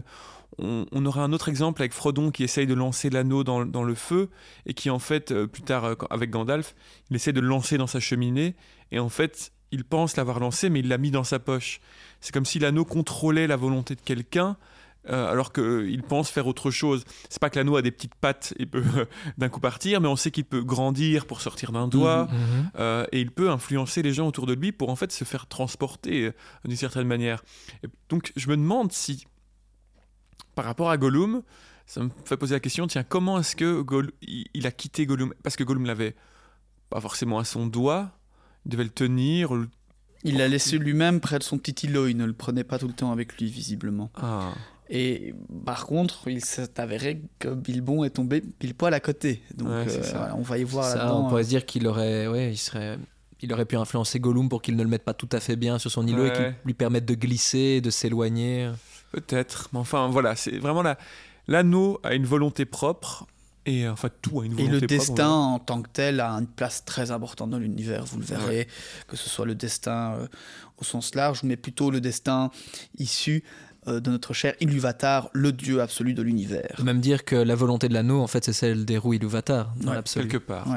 Speaker 1: On aura un autre exemple avec Frodon qui essaye de lancer l'anneau dans le feu et qui, en fait, plus tard, avec Gandalf, il essaie de le lancer dans sa cheminée. Et en fait, il pense l'avoir lancé, mais il l'a mis dans sa poche. C'est comme si l'anneau contrôlait la volonté de quelqu'un, alors qu'il pense faire autre chose. C'est pas que l'anneau a des petites pattes et peut d'un coup partir, mais on sait qu'il peut grandir pour sortir d'un doigt, et il peut influencer les gens autour de lui pour en fait se faire transporter d'une certaine manière. Et donc je me demande si, par rapport à Gollum, ça me fait poser la question, tiens, comment est-ce que il a quitté Gollum ? Parce que Gollum l'avait pas forcément à son doigt, Il devait le tenir.
Speaker 2: Il l'a laissé lui-même près de son petit îlot, il ne le prenait pas tout le temps avec lui, visiblement.
Speaker 1: Ah.
Speaker 2: Et par contre, il s'est avéré que Bilbon est tombé pile poil à côté. Donc voilà, on va y voir
Speaker 3: ça,
Speaker 2: là-dedans.
Speaker 3: On pourrait se dire qu'il aurait, il aurait pu influencer Gollum pour qu'il ne le mette pas tout à fait bien sur son îlot et qu'il lui permette de glisser, de s'éloigner.
Speaker 1: Peut-être, mais enfin voilà, c'est vraiment l'anneau a une volonté propre. Et enfin, tout a une volonté propre.
Speaker 2: Et le destin en tant que tel a une place très importante dans l'univers, vous le verrez, que ce soit le destin au sens large, mais plutôt le destin issu de notre cher Ilúvatar, le dieu absolu de l'univers.
Speaker 3: On peut même dire que la volonté de l'anneau, en fait, c'est celle d'Eru Ilúvatar, dans l'absolu.
Speaker 1: Quelque part.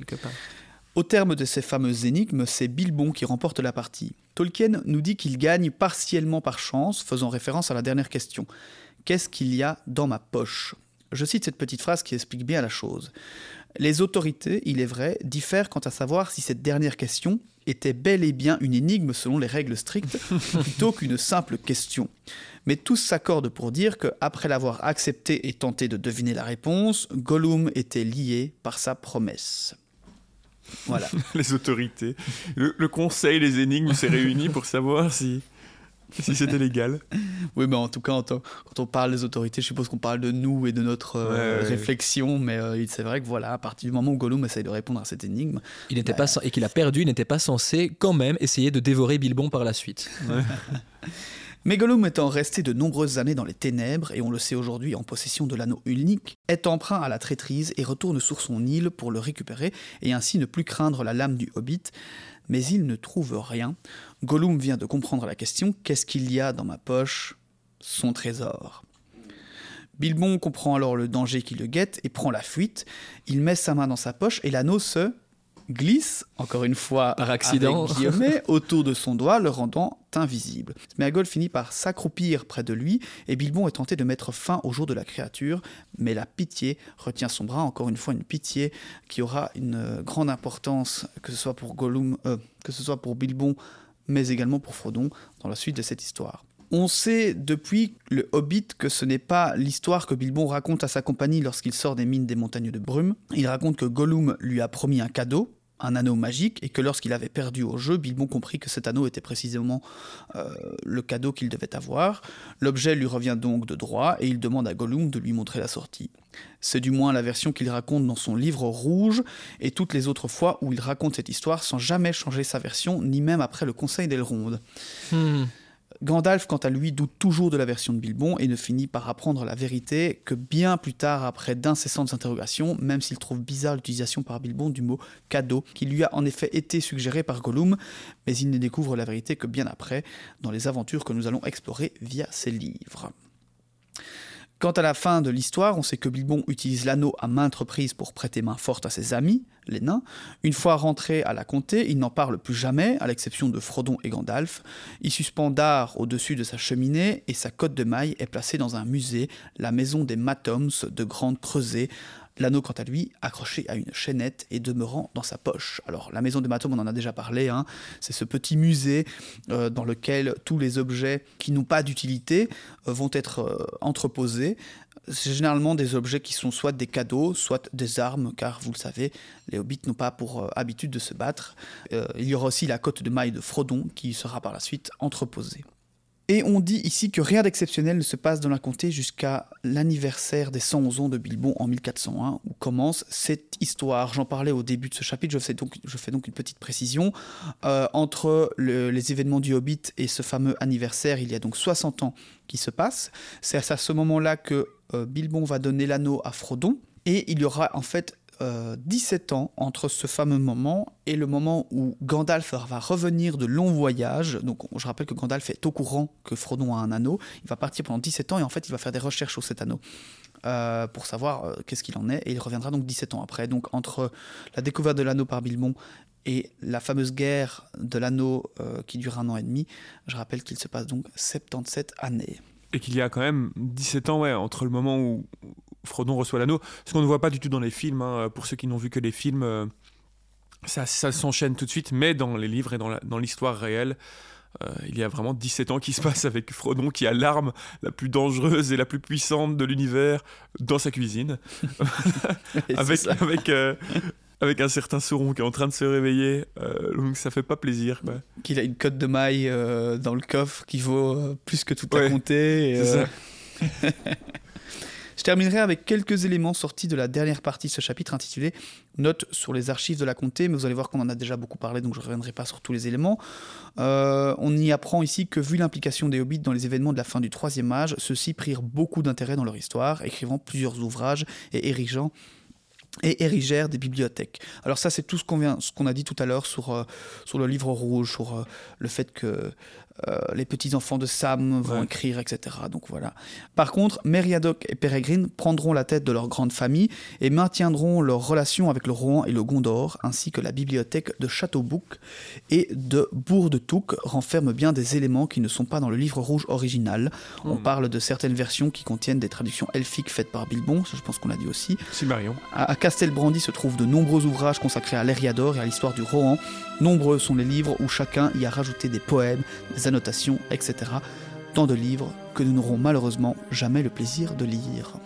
Speaker 2: Au terme de ces fameuses énigmes, c'est Bilbon qui remporte la partie. Tolkien nous dit qu'il gagne partiellement par chance, faisant référence à la dernière question. Qu'est-ce qu'il y a dans ma poche ? Je cite cette petite phrase qui explique bien la chose. Les autorités, il est vrai, diffèrent quant à savoir si cette dernière question était bel et bien une énigme selon les règles strictes, plutôt qu'une simple question. Mais tous s'accordent pour dire qu'après l'avoir accepté et tenté de deviner la réponse, Gollum était lié par sa promesse. Voilà.
Speaker 1: Les autorités. Le conseil, les énigmes s'est réuni pour savoir si c'était légal.
Speaker 2: Oui, mais en tout cas, quand on parle des autorités, je suppose qu'on parle de nous et de notre réflexion, mais c'est vrai que voilà, à partir du moment où Gollum essaye de répondre à cette énigme...
Speaker 3: et qu'il a perdu, il n'était pas censé quand même essayer de dévorer Bilbon par la suite.
Speaker 2: Mais Gollum étant resté de nombreuses années dans les ténèbres, et on le sait aujourd'hui en possession de l'anneau unique, est emprunt à la traîtrise et retourne sur son île pour le récupérer, et ainsi ne plus craindre la lame du Hobbit. Mais il ne trouve rien. Gollum vient de comprendre la question. Qu'est-ce qu'il y a dans ma poche ? Son trésor. Bilbon comprend alors le danger qui le guette et prend la fuite. Il met sa main dans sa poche et l'anneau se glisse, encore une fois
Speaker 3: par accident,
Speaker 2: avec guillemets, autour de son doigt, le rendant invisible. Sméagol finit par s'accroupir près de lui et Bilbon est tenté de mettre fin au jour de la créature, mais la pitié retient son bras, encore une fois une pitié qui aura une grande importance, que ce soit pour Gollum, que ce soit pour Bilbon, mais également pour Frodon dans la suite de cette histoire. On sait depuis le Hobbit que ce n'est pas l'histoire que Bilbon raconte à sa compagnie lorsqu'il sort des mines des montagnes de brume. Il raconte que Gollum lui a promis un cadeau, un anneau magique, et que lorsqu'il avait perdu au jeu, Bilbon comprit que cet anneau était précisément le cadeau qu'il devait avoir. L'objet lui revient donc de droit, et il demande à Gollum de lui montrer la sortie. C'est du moins la version qu'il raconte dans son livre rouge, et toutes les autres fois où il raconte cette histoire sans jamais changer sa version, ni même après le conseil d'Elrond. Gandalf, quant à lui, doute toujours de la version de Bilbon et ne finit par apprendre la vérité que bien plus tard, après d'incessantes interrogations, même s'il trouve bizarre l'utilisation par Bilbon du mot « cadeau », qui lui a en effet été suggéré par Gollum, mais il ne découvre la vérité que bien après, dans les aventures que nous allons explorer via ces livres. Quant à la fin de l'histoire, on sait que Bilbon utilise l'anneau à maintes reprises pour prêter main forte à ses amis, les nains. Une fois rentré à la comté, il n'en parle plus jamais, à l'exception de Frodon et Gandalf. Il suspend Dar au-dessus de sa cheminée et sa cotte de maille est placée dans un musée, la maison des Matoms de Grande Creusée. L'anneau, quant à lui, accroché à une chaînette et demeurant dans sa poche. Alors, la maison des Matoms, on en a déjà parlé, c'est ce petit musée dans lequel tous les objets qui n'ont pas d'utilité vont être entreposés. C'est généralement des objets qui sont soit des cadeaux, soit des armes, car vous le savez, les hobbits n'ont pas pour habitude de se battre. Il y aura aussi la cotte de maille de Frodon qui sera par la suite entreposée. Et on dit ici que rien d'exceptionnel ne se passe dans la comté jusqu'à l'anniversaire des 111 ans de Bilbon en 1401, où commence cette histoire. J'en parlais au début de ce chapitre, je fais donc une petite précision. Entre les événements du Hobbit et ce fameux anniversaire, il y a donc 60 ans qui se passent. C'est à ce moment-là que Bilbon va donner l'anneau à Frodon, et il y aura en fait 17 ans entre ce fameux moment et le moment où Gandalf va revenir de longs voyages. Donc je rappelle que Gandalf est au courant que Frodon a un anneau. Il va partir pendant 17 ans et en fait il va faire des recherches sur cet anneau pour savoir qu'est-ce qu'il en est, et il reviendra donc 17 ans après. Donc entre la découverte de l'anneau par Bilbon et la fameuse guerre de l'anneau qui dure 1 an et demi, je rappelle qu'il se passe donc 77 années.
Speaker 1: Et qu'il y a quand même 17 ans entre le moment où Frodon reçoit l'anneau, ce qu'on ne voit pas du tout dans les films, pour ceux qui n'ont vu que les films, ça s'enchaîne tout de suite, mais dans les livres et dans l'histoire réelle, il y a vraiment 17 ans qui se passent avec Frodon qui a l'arme la plus dangereuse et la plus puissante de l'univers dans sa cuisine, avec Avec un certain Sauron qui est en train de se réveiller, donc ça fait pas plaisir, quoi.
Speaker 2: Qu'il a une cotte de maille dans le coffre qui vaut plus que tout à
Speaker 1: Ouais,
Speaker 2: compter. Et,
Speaker 1: c'est ça.
Speaker 2: Je terminerai avec quelques éléments sortis de la dernière partie de ce chapitre intitulé « Notes sur les archives de la comté », mais vous allez voir qu'on en a déjà beaucoup parlé, donc je ne reviendrai pas sur tous les éléments. On y apprend ici que, vu l'implication des hobbits dans les événements de la fin du Troisième Âge, ceux-ci prirent beaucoup d'intérêt dans leur histoire, écrivant plusieurs ouvrages et érigèrent des bibliothèques. Alors ça, c'est tout ce qu'on a dit tout à l'heure sur le livre rouge, sur le fait que les petits-enfants de Sam vont écrire, etc. Donc voilà. Par contre, Meriadoc et Peregrine prendront la tête de leur grande famille et maintiendront leur relation avec le Rohan et le Gondor, ainsi que la bibliothèque de Châteaubouc et de Bourg-de-Touc renferme bien des éléments qui ne sont pas dans le livre rouge original. On parle de certaines versions qui contiennent des traductions elfiques faites par Bilbon, ça je pense qu'on l'a dit aussi.
Speaker 1: Silmarillion.
Speaker 2: À Castelbrandi se trouvent de nombreux ouvrages consacrés à l'Eriador et à l'histoire du Rohan. Nombreux sont les livres où chacun y a rajouté des poèmes, des annotations, etc. Tant de livres que nous n'aurons malheureusement jamais le plaisir de lire.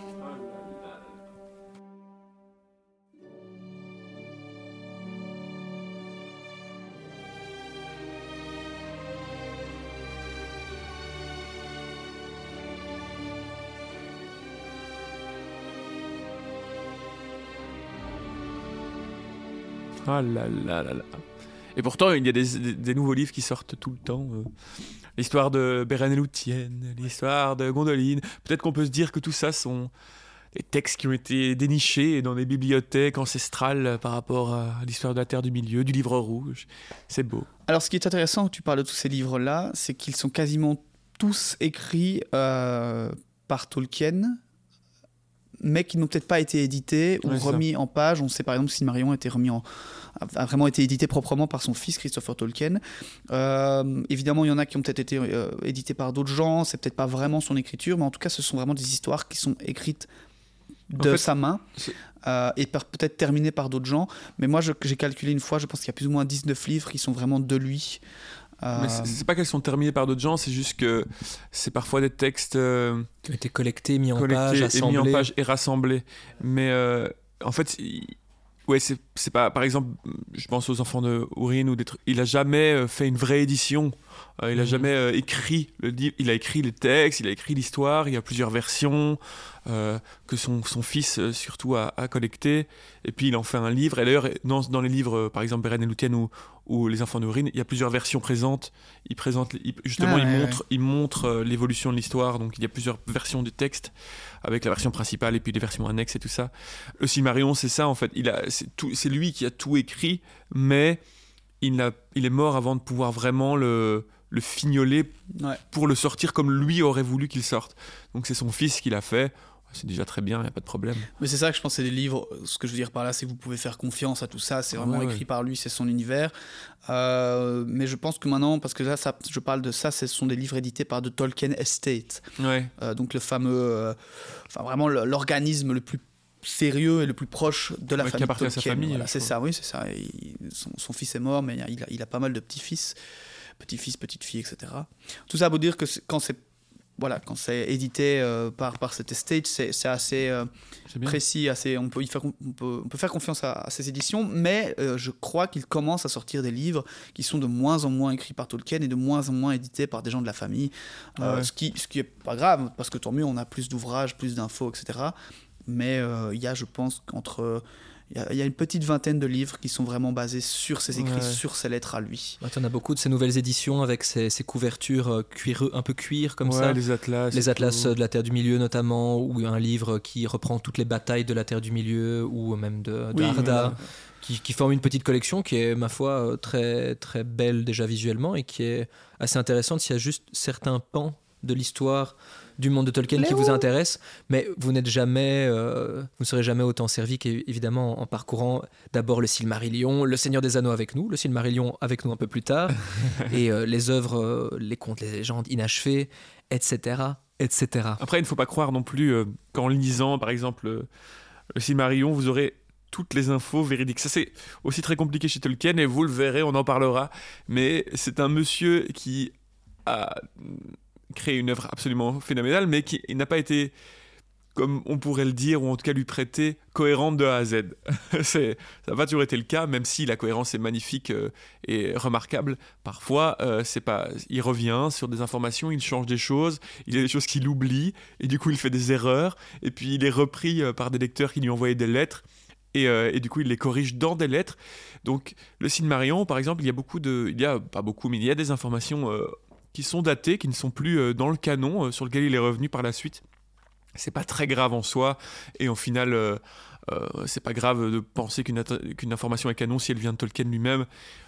Speaker 1: Ah là là là là. Et pourtant, il y a des nouveaux livres qui sortent tout le temps. L'histoire de Beren et Lúthien, l'histoire de Gondolin. Peut-être qu'on peut se dire que tout ça sont des textes qui ont été dénichés dans des bibliothèques ancestrales par rapport à l'histoire de la Terre du Milieu, du Livre Rouge. C'est beau.
Speaker 2: Alors, ce qui est intéressant quand tu parles de tous ces livres-là, c'est qu'ils sont quasiment tous écrits par Tolkien, mais qui n'ont peut-être pas été édités ou remis en page. On sait par exemple que Silmarillion a vraiment été édité proprement par son fils Christopher Tolkien. Évidemment, il y en a qui ont peut-être été édités par d'autres gens, c'est peut-être pas vraiment son écriture, mais en tout cas, ce sont vraiment des histoires qui sont écrites de sa main et peut-être terminées par d'autres gens. Mais moi, j'ai calculé une fois, je pense qu'il y a plus ou moins 19 livres qui sont vraiment de lui.
Speaker 1: Mais c'est pas qu'elles sont terminées par d'autres gens, c'est juste que c'est parfois des textes
Speaker 3: qui ont été collectés, mis en page,
Speaker 1: et rassemblés. Mais en fait, ouais, c'est pas. Par exemple, je pense aux enfants de Húrin ou des trucs. Il a jamais fait une vraie édition. Il a jamais écrit le livre. Il a écrit les textes, il a écrit l'histoire. Il y a plusieurs versions que son fils surtout a collectées. Et puis il en fait un livre. Et d'ailleurs, dans les livres, par exemple Beren et Lúthien ou Les enfants de Húrin, il y a plusieurs versions présentes. Il montre l'évolution de l'histoire. Donc il y a plusieurs versions du texte avec la version principale et puis les versions annexes et tout ça. Le Silmarillion, c'est ça en fait. C'est lui qui a tout écrit, mais il est mort avant de pouvoir vraiment le fignoler pour le sortir comme lui aurait voulu qu'il sorte. Donc c'est son fils qui l'a fait. C'est déjà très bien, il n'y a pas de problème.
Speaker 2: Mais c'est ça que je pense, c'est des livres, ce que je veux dire par là, c'est que vous pouvez faire confiance à tout ça, c'est vraiment écrit par lui, c'est son univers. Mais je pense que maintenant, parce que là, je parle de ça, ce sont des livres édités par The Tolkien Estate. Donc le fameux, vraiment l'organisme le plus sérieux et le plus proche de la famille Tolkien.
Speaker 1: À sa famille,
Speaker 2: voilà, c'est ça, oui, c'est ça. Son fils est mort, mais il a pas mal de petits-fils, petites filles, etc. Tout ça veut dire que quand c'est édité par cet estate, c'est assez précis, on peut faire confiance à ces éditions, mais je crois qu'il commence à sortir des livres qui sont de moins en moins écrits par Tolkien et de moins en moins édités par des gens de la famille, ce qui est pas grave, parce que tant mieux, on a plus d'ouvrages, plus d'infos, etc. Mais il y a, je pense, il y a une petite vingtaine de livres qui sont vraiment basés sur ses écrits, sur ses lettres à lui.
Speaker 3: Tu en as beaucoup de ces nouvelles éditions avec ces couvertures un peu cuir comme ça.
Speaker 1: Les atlas
Speaker 3: de la Terre du Milieu notamment, ou un livre qui reprend toutes les batailles de la Terre du Milieu, ou même de Arda, qui forme une petite collection qui est, ma foi, très, très belle déjà visuellement et qui est assez intéressante s'il y a juste certains pans de l'histoire du monde de Tolkien qui vous intéresse, mais vous ne serez jamais autant servi qu'évidemment en parcourant d'abord le Silmarillion, le Seigneur des Anneaux avec nous, le Silmarillion avec nous un peu plus tard, et les œuvres, les contes, les légendes inachevées, etc., etc.
Speaker 1: Après, il ne faut pas croire non plus qu'en lisant, par exemple, le Silmarillion, vous aurez toutes les infos véridiques. Ça, c'est aussi très compliqué chez Tolkien, et vous le verrez, on en parlera, mais c'est un monsieur qui a créé une œuvre absolument phénoménale, mais qui n'a pas été comme on pourrait le dire, ou en tout cas lui prêter, cohérente de A à Z. Ça n'a pas toujours été le cas, même si la cohérence est magnifique et remarquable. Parfois, il revient sur des informations, il change des choses, il y a des choses qu'il oublie, et du coup il fait des erreurs, et puis il est repris par des lecteurs qui lui envoyaient des lettres, et du coup il les corrige dans des lettres. Donc le Silmarillion, par exemple, il y a des informations qui sont datées, qui ne sont plus dans le canon, sur lequel il est revenu par la suite. C'est pas très grave en soi, et au final, c'est pas grave de penser qu'une information est canon si elle vient de Tolkien lui-même.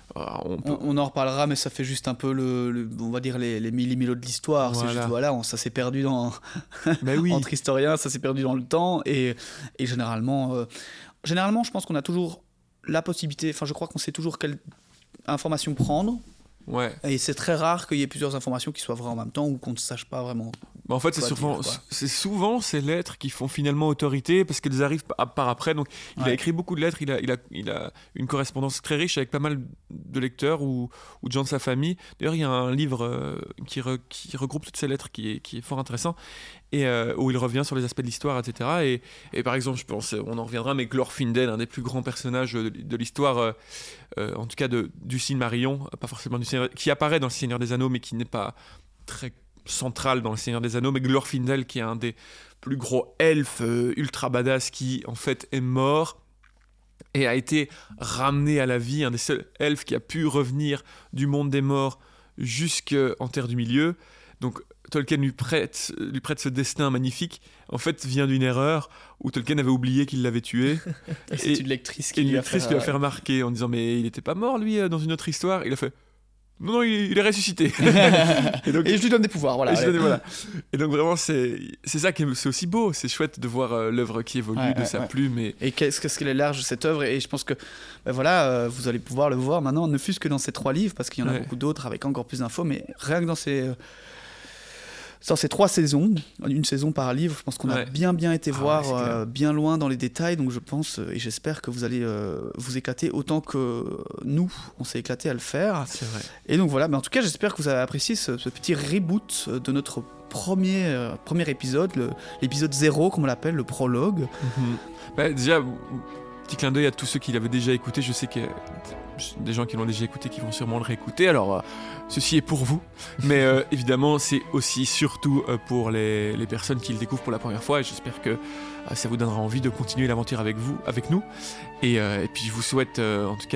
Speaker 2: On en reparlera, mais ça fait juste un peu on va dire les millimillos de l'histoire.
Speaker 1: Voilà.
Speaker 2: C'est juste, ça s'est perdu
Speaker 1: Oui.
Speaker 2: entre historiens, ça s'est perdu dans le temps, et généralement, je pense qu'on a toujours la possibilité, je crois qu'on sait toujours quelle information prendre.
Speaker 1: Ouais.
Speaker 2: Et c'est très rare qu'il y ait plusieurs informations qui soient vraies en même temps ou qu'on ne sache pas vraiment.
Speaker 1: En fait, c'est souvent ces lettres qui font finalement autorité parce qu'elles arrivent par après. Donc, il a écrit beaucoup de lettres. Il a une correspondance très riche avec pas mal de lecteurs ou de gens de sa famille. D'ailleurs, il y a un livre qui regroupe toutes ces lettres qui est fort intéressant et où il revient sur les aspects de l'histoire, etc. Et par exemple, je pense, on en reviendra, mais Glorfindel, un des plus grands personnages de l'histoire, en tout cas du Silmarillion, pas forcément du Seigneur, qui apparaît dans le Seigneur des Anneaux, mais qui n'est pas très central dans le Seigneur des Anneaux, mais Glorfindel, qui est un des plus gros elfes ultra badass, qui en fait est mort et a été ramené à la vie, un des seuls elfes qui a pu revenir du monde des morts jusqu'en Terre du Milieu. Donc Tolkien lui prête ce destin magnifique, en fait vient d'une erreur où Tolkien avait oublié qu'il l'avait tué.
Speaker 2: Et c'est une lectrice qui
Speaker 1: lui a fait remarquer en disant mais il n'était pas mort lui dans une autre histoire. Il a fait non, il est ressuscité.
Speaker 2: Et je lui donne des pouvoirs, voilà.
Speaker 1: Et donc vraiment, c'est ça qui c'est aussi beau, c'est chouette de voir l'œuvre qui évolue de sa plume. Et
Speaker 2: qu'est-ce qu'elle est large, cette œuvre. Et je pense que vous allez pouvoir le voir maintenant, ne fût-ce que dans ces 3 livres, parce qu'il y en a beaucoup d'autres avec encore plus d'infos, mais rien que dans ces 3 saisons, une saison par livre, je pense qu'on a bien été voir bien loin dans les détails, donc je pense et j'espère que vous allez vous éclater autant que nous, on s'est éclaté à le faire.
Speaker 1: C'est vrai.
Speaker 2: Et donc voilà, mais en tout cas j'espère que vous avez apprécié ce petit reboot de notre premier épisode, l'épisode 0 comme on l'appelle, le prologue.
Speaker 1: Déjà, petit clin d'œil à tous ceux qui l'avaient déjà écouté, je sais qu'il y a des gens qui l'ont déjà écouté qui vont sûrement le réécouter, alors ceci est pour vous, mais évidemment c'est aussi surtout pour les personnes qui le découvrent pour la première fois, et j'espère que ça vous donnera envie de continuer l'aventure avec nous, et puis je vous souhaite en tout cas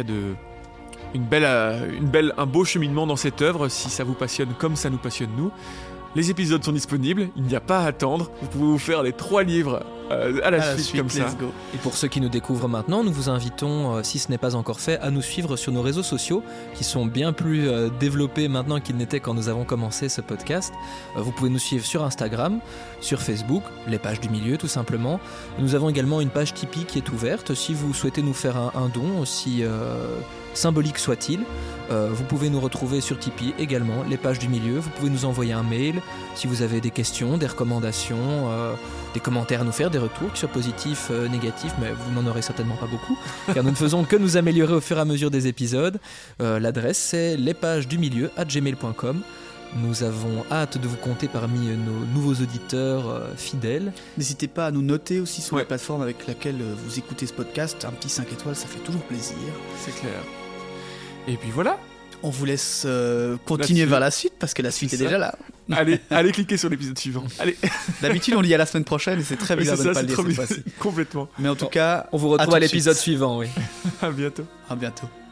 Speaker 1: un beau cheminement dans cette œuvre, si ça vous passionne comme ça nous passionne nous. Les épisodes sont disponibles, il n'y a pas à attendre, vous pouvez vous faire les 3 livres à la suite comme ça.
Speaker 2: Go.
Speaker 3: Et pour ceux qui nous découvrent maintenant, nous vous invitons, si ce n'est pas encore fait, à nous suivre sur nos réseaux sociaux qui sont bien plus développés maintenant qu'ils n'étaient quand nous avons commencé ce podcast. Vous pouvez nous suivre sur Instagram, sur Facebook, les pages du milieu tout simplement. Nous avons également une page Tipeee qui est ouverte. Si vous souhaitez nous faire un don, aussi symbolique soit-il, vous pouvez nous retrouver sur Tipeee également, les pages du milieu. Vous pouvez nous envoyer un mail si vous avez des questions, des recommandations, des commentaires à nous faire, des retours, qu'ils soient positifs, négatifs, mais vous n'en aurez certainement pas beaucoup, car nous ne faisons que nous améliorer au fur et à mesure des épisodes. L'adresse c'est lespagesdumilieu@gmail.com. Nous avons hâte de vous compter parmi nos nouveaux auditeurs fidèles.
Speaker 2: N'hésitez pas à nous noter aussi sur la plateforme avec laquelle vous écoutez ce podcast. Un petit 5 étoiles, ça fait toujours plaisir.
Speaker 1: C'est clair. Et puis voilà.
Speaker 2: On vous laisse continuer vers la suite, parce que la suite est déjà là.
Speaker 1: Allez cliquer sur l'épisode suivant. Allez.
Speaker 2: D'habitude, on dit à la semaine prochaine, et c'est très bizarre de ne pas le dire cette fois-ci.
Speaker 1: Complètement.
Speaker 2: Mais en tout cas,
Speaker 3: on vous retrouve à l'épisode suivant. Oui.
Speaker 1: À bientôt.
Speaker 2: À bientôt.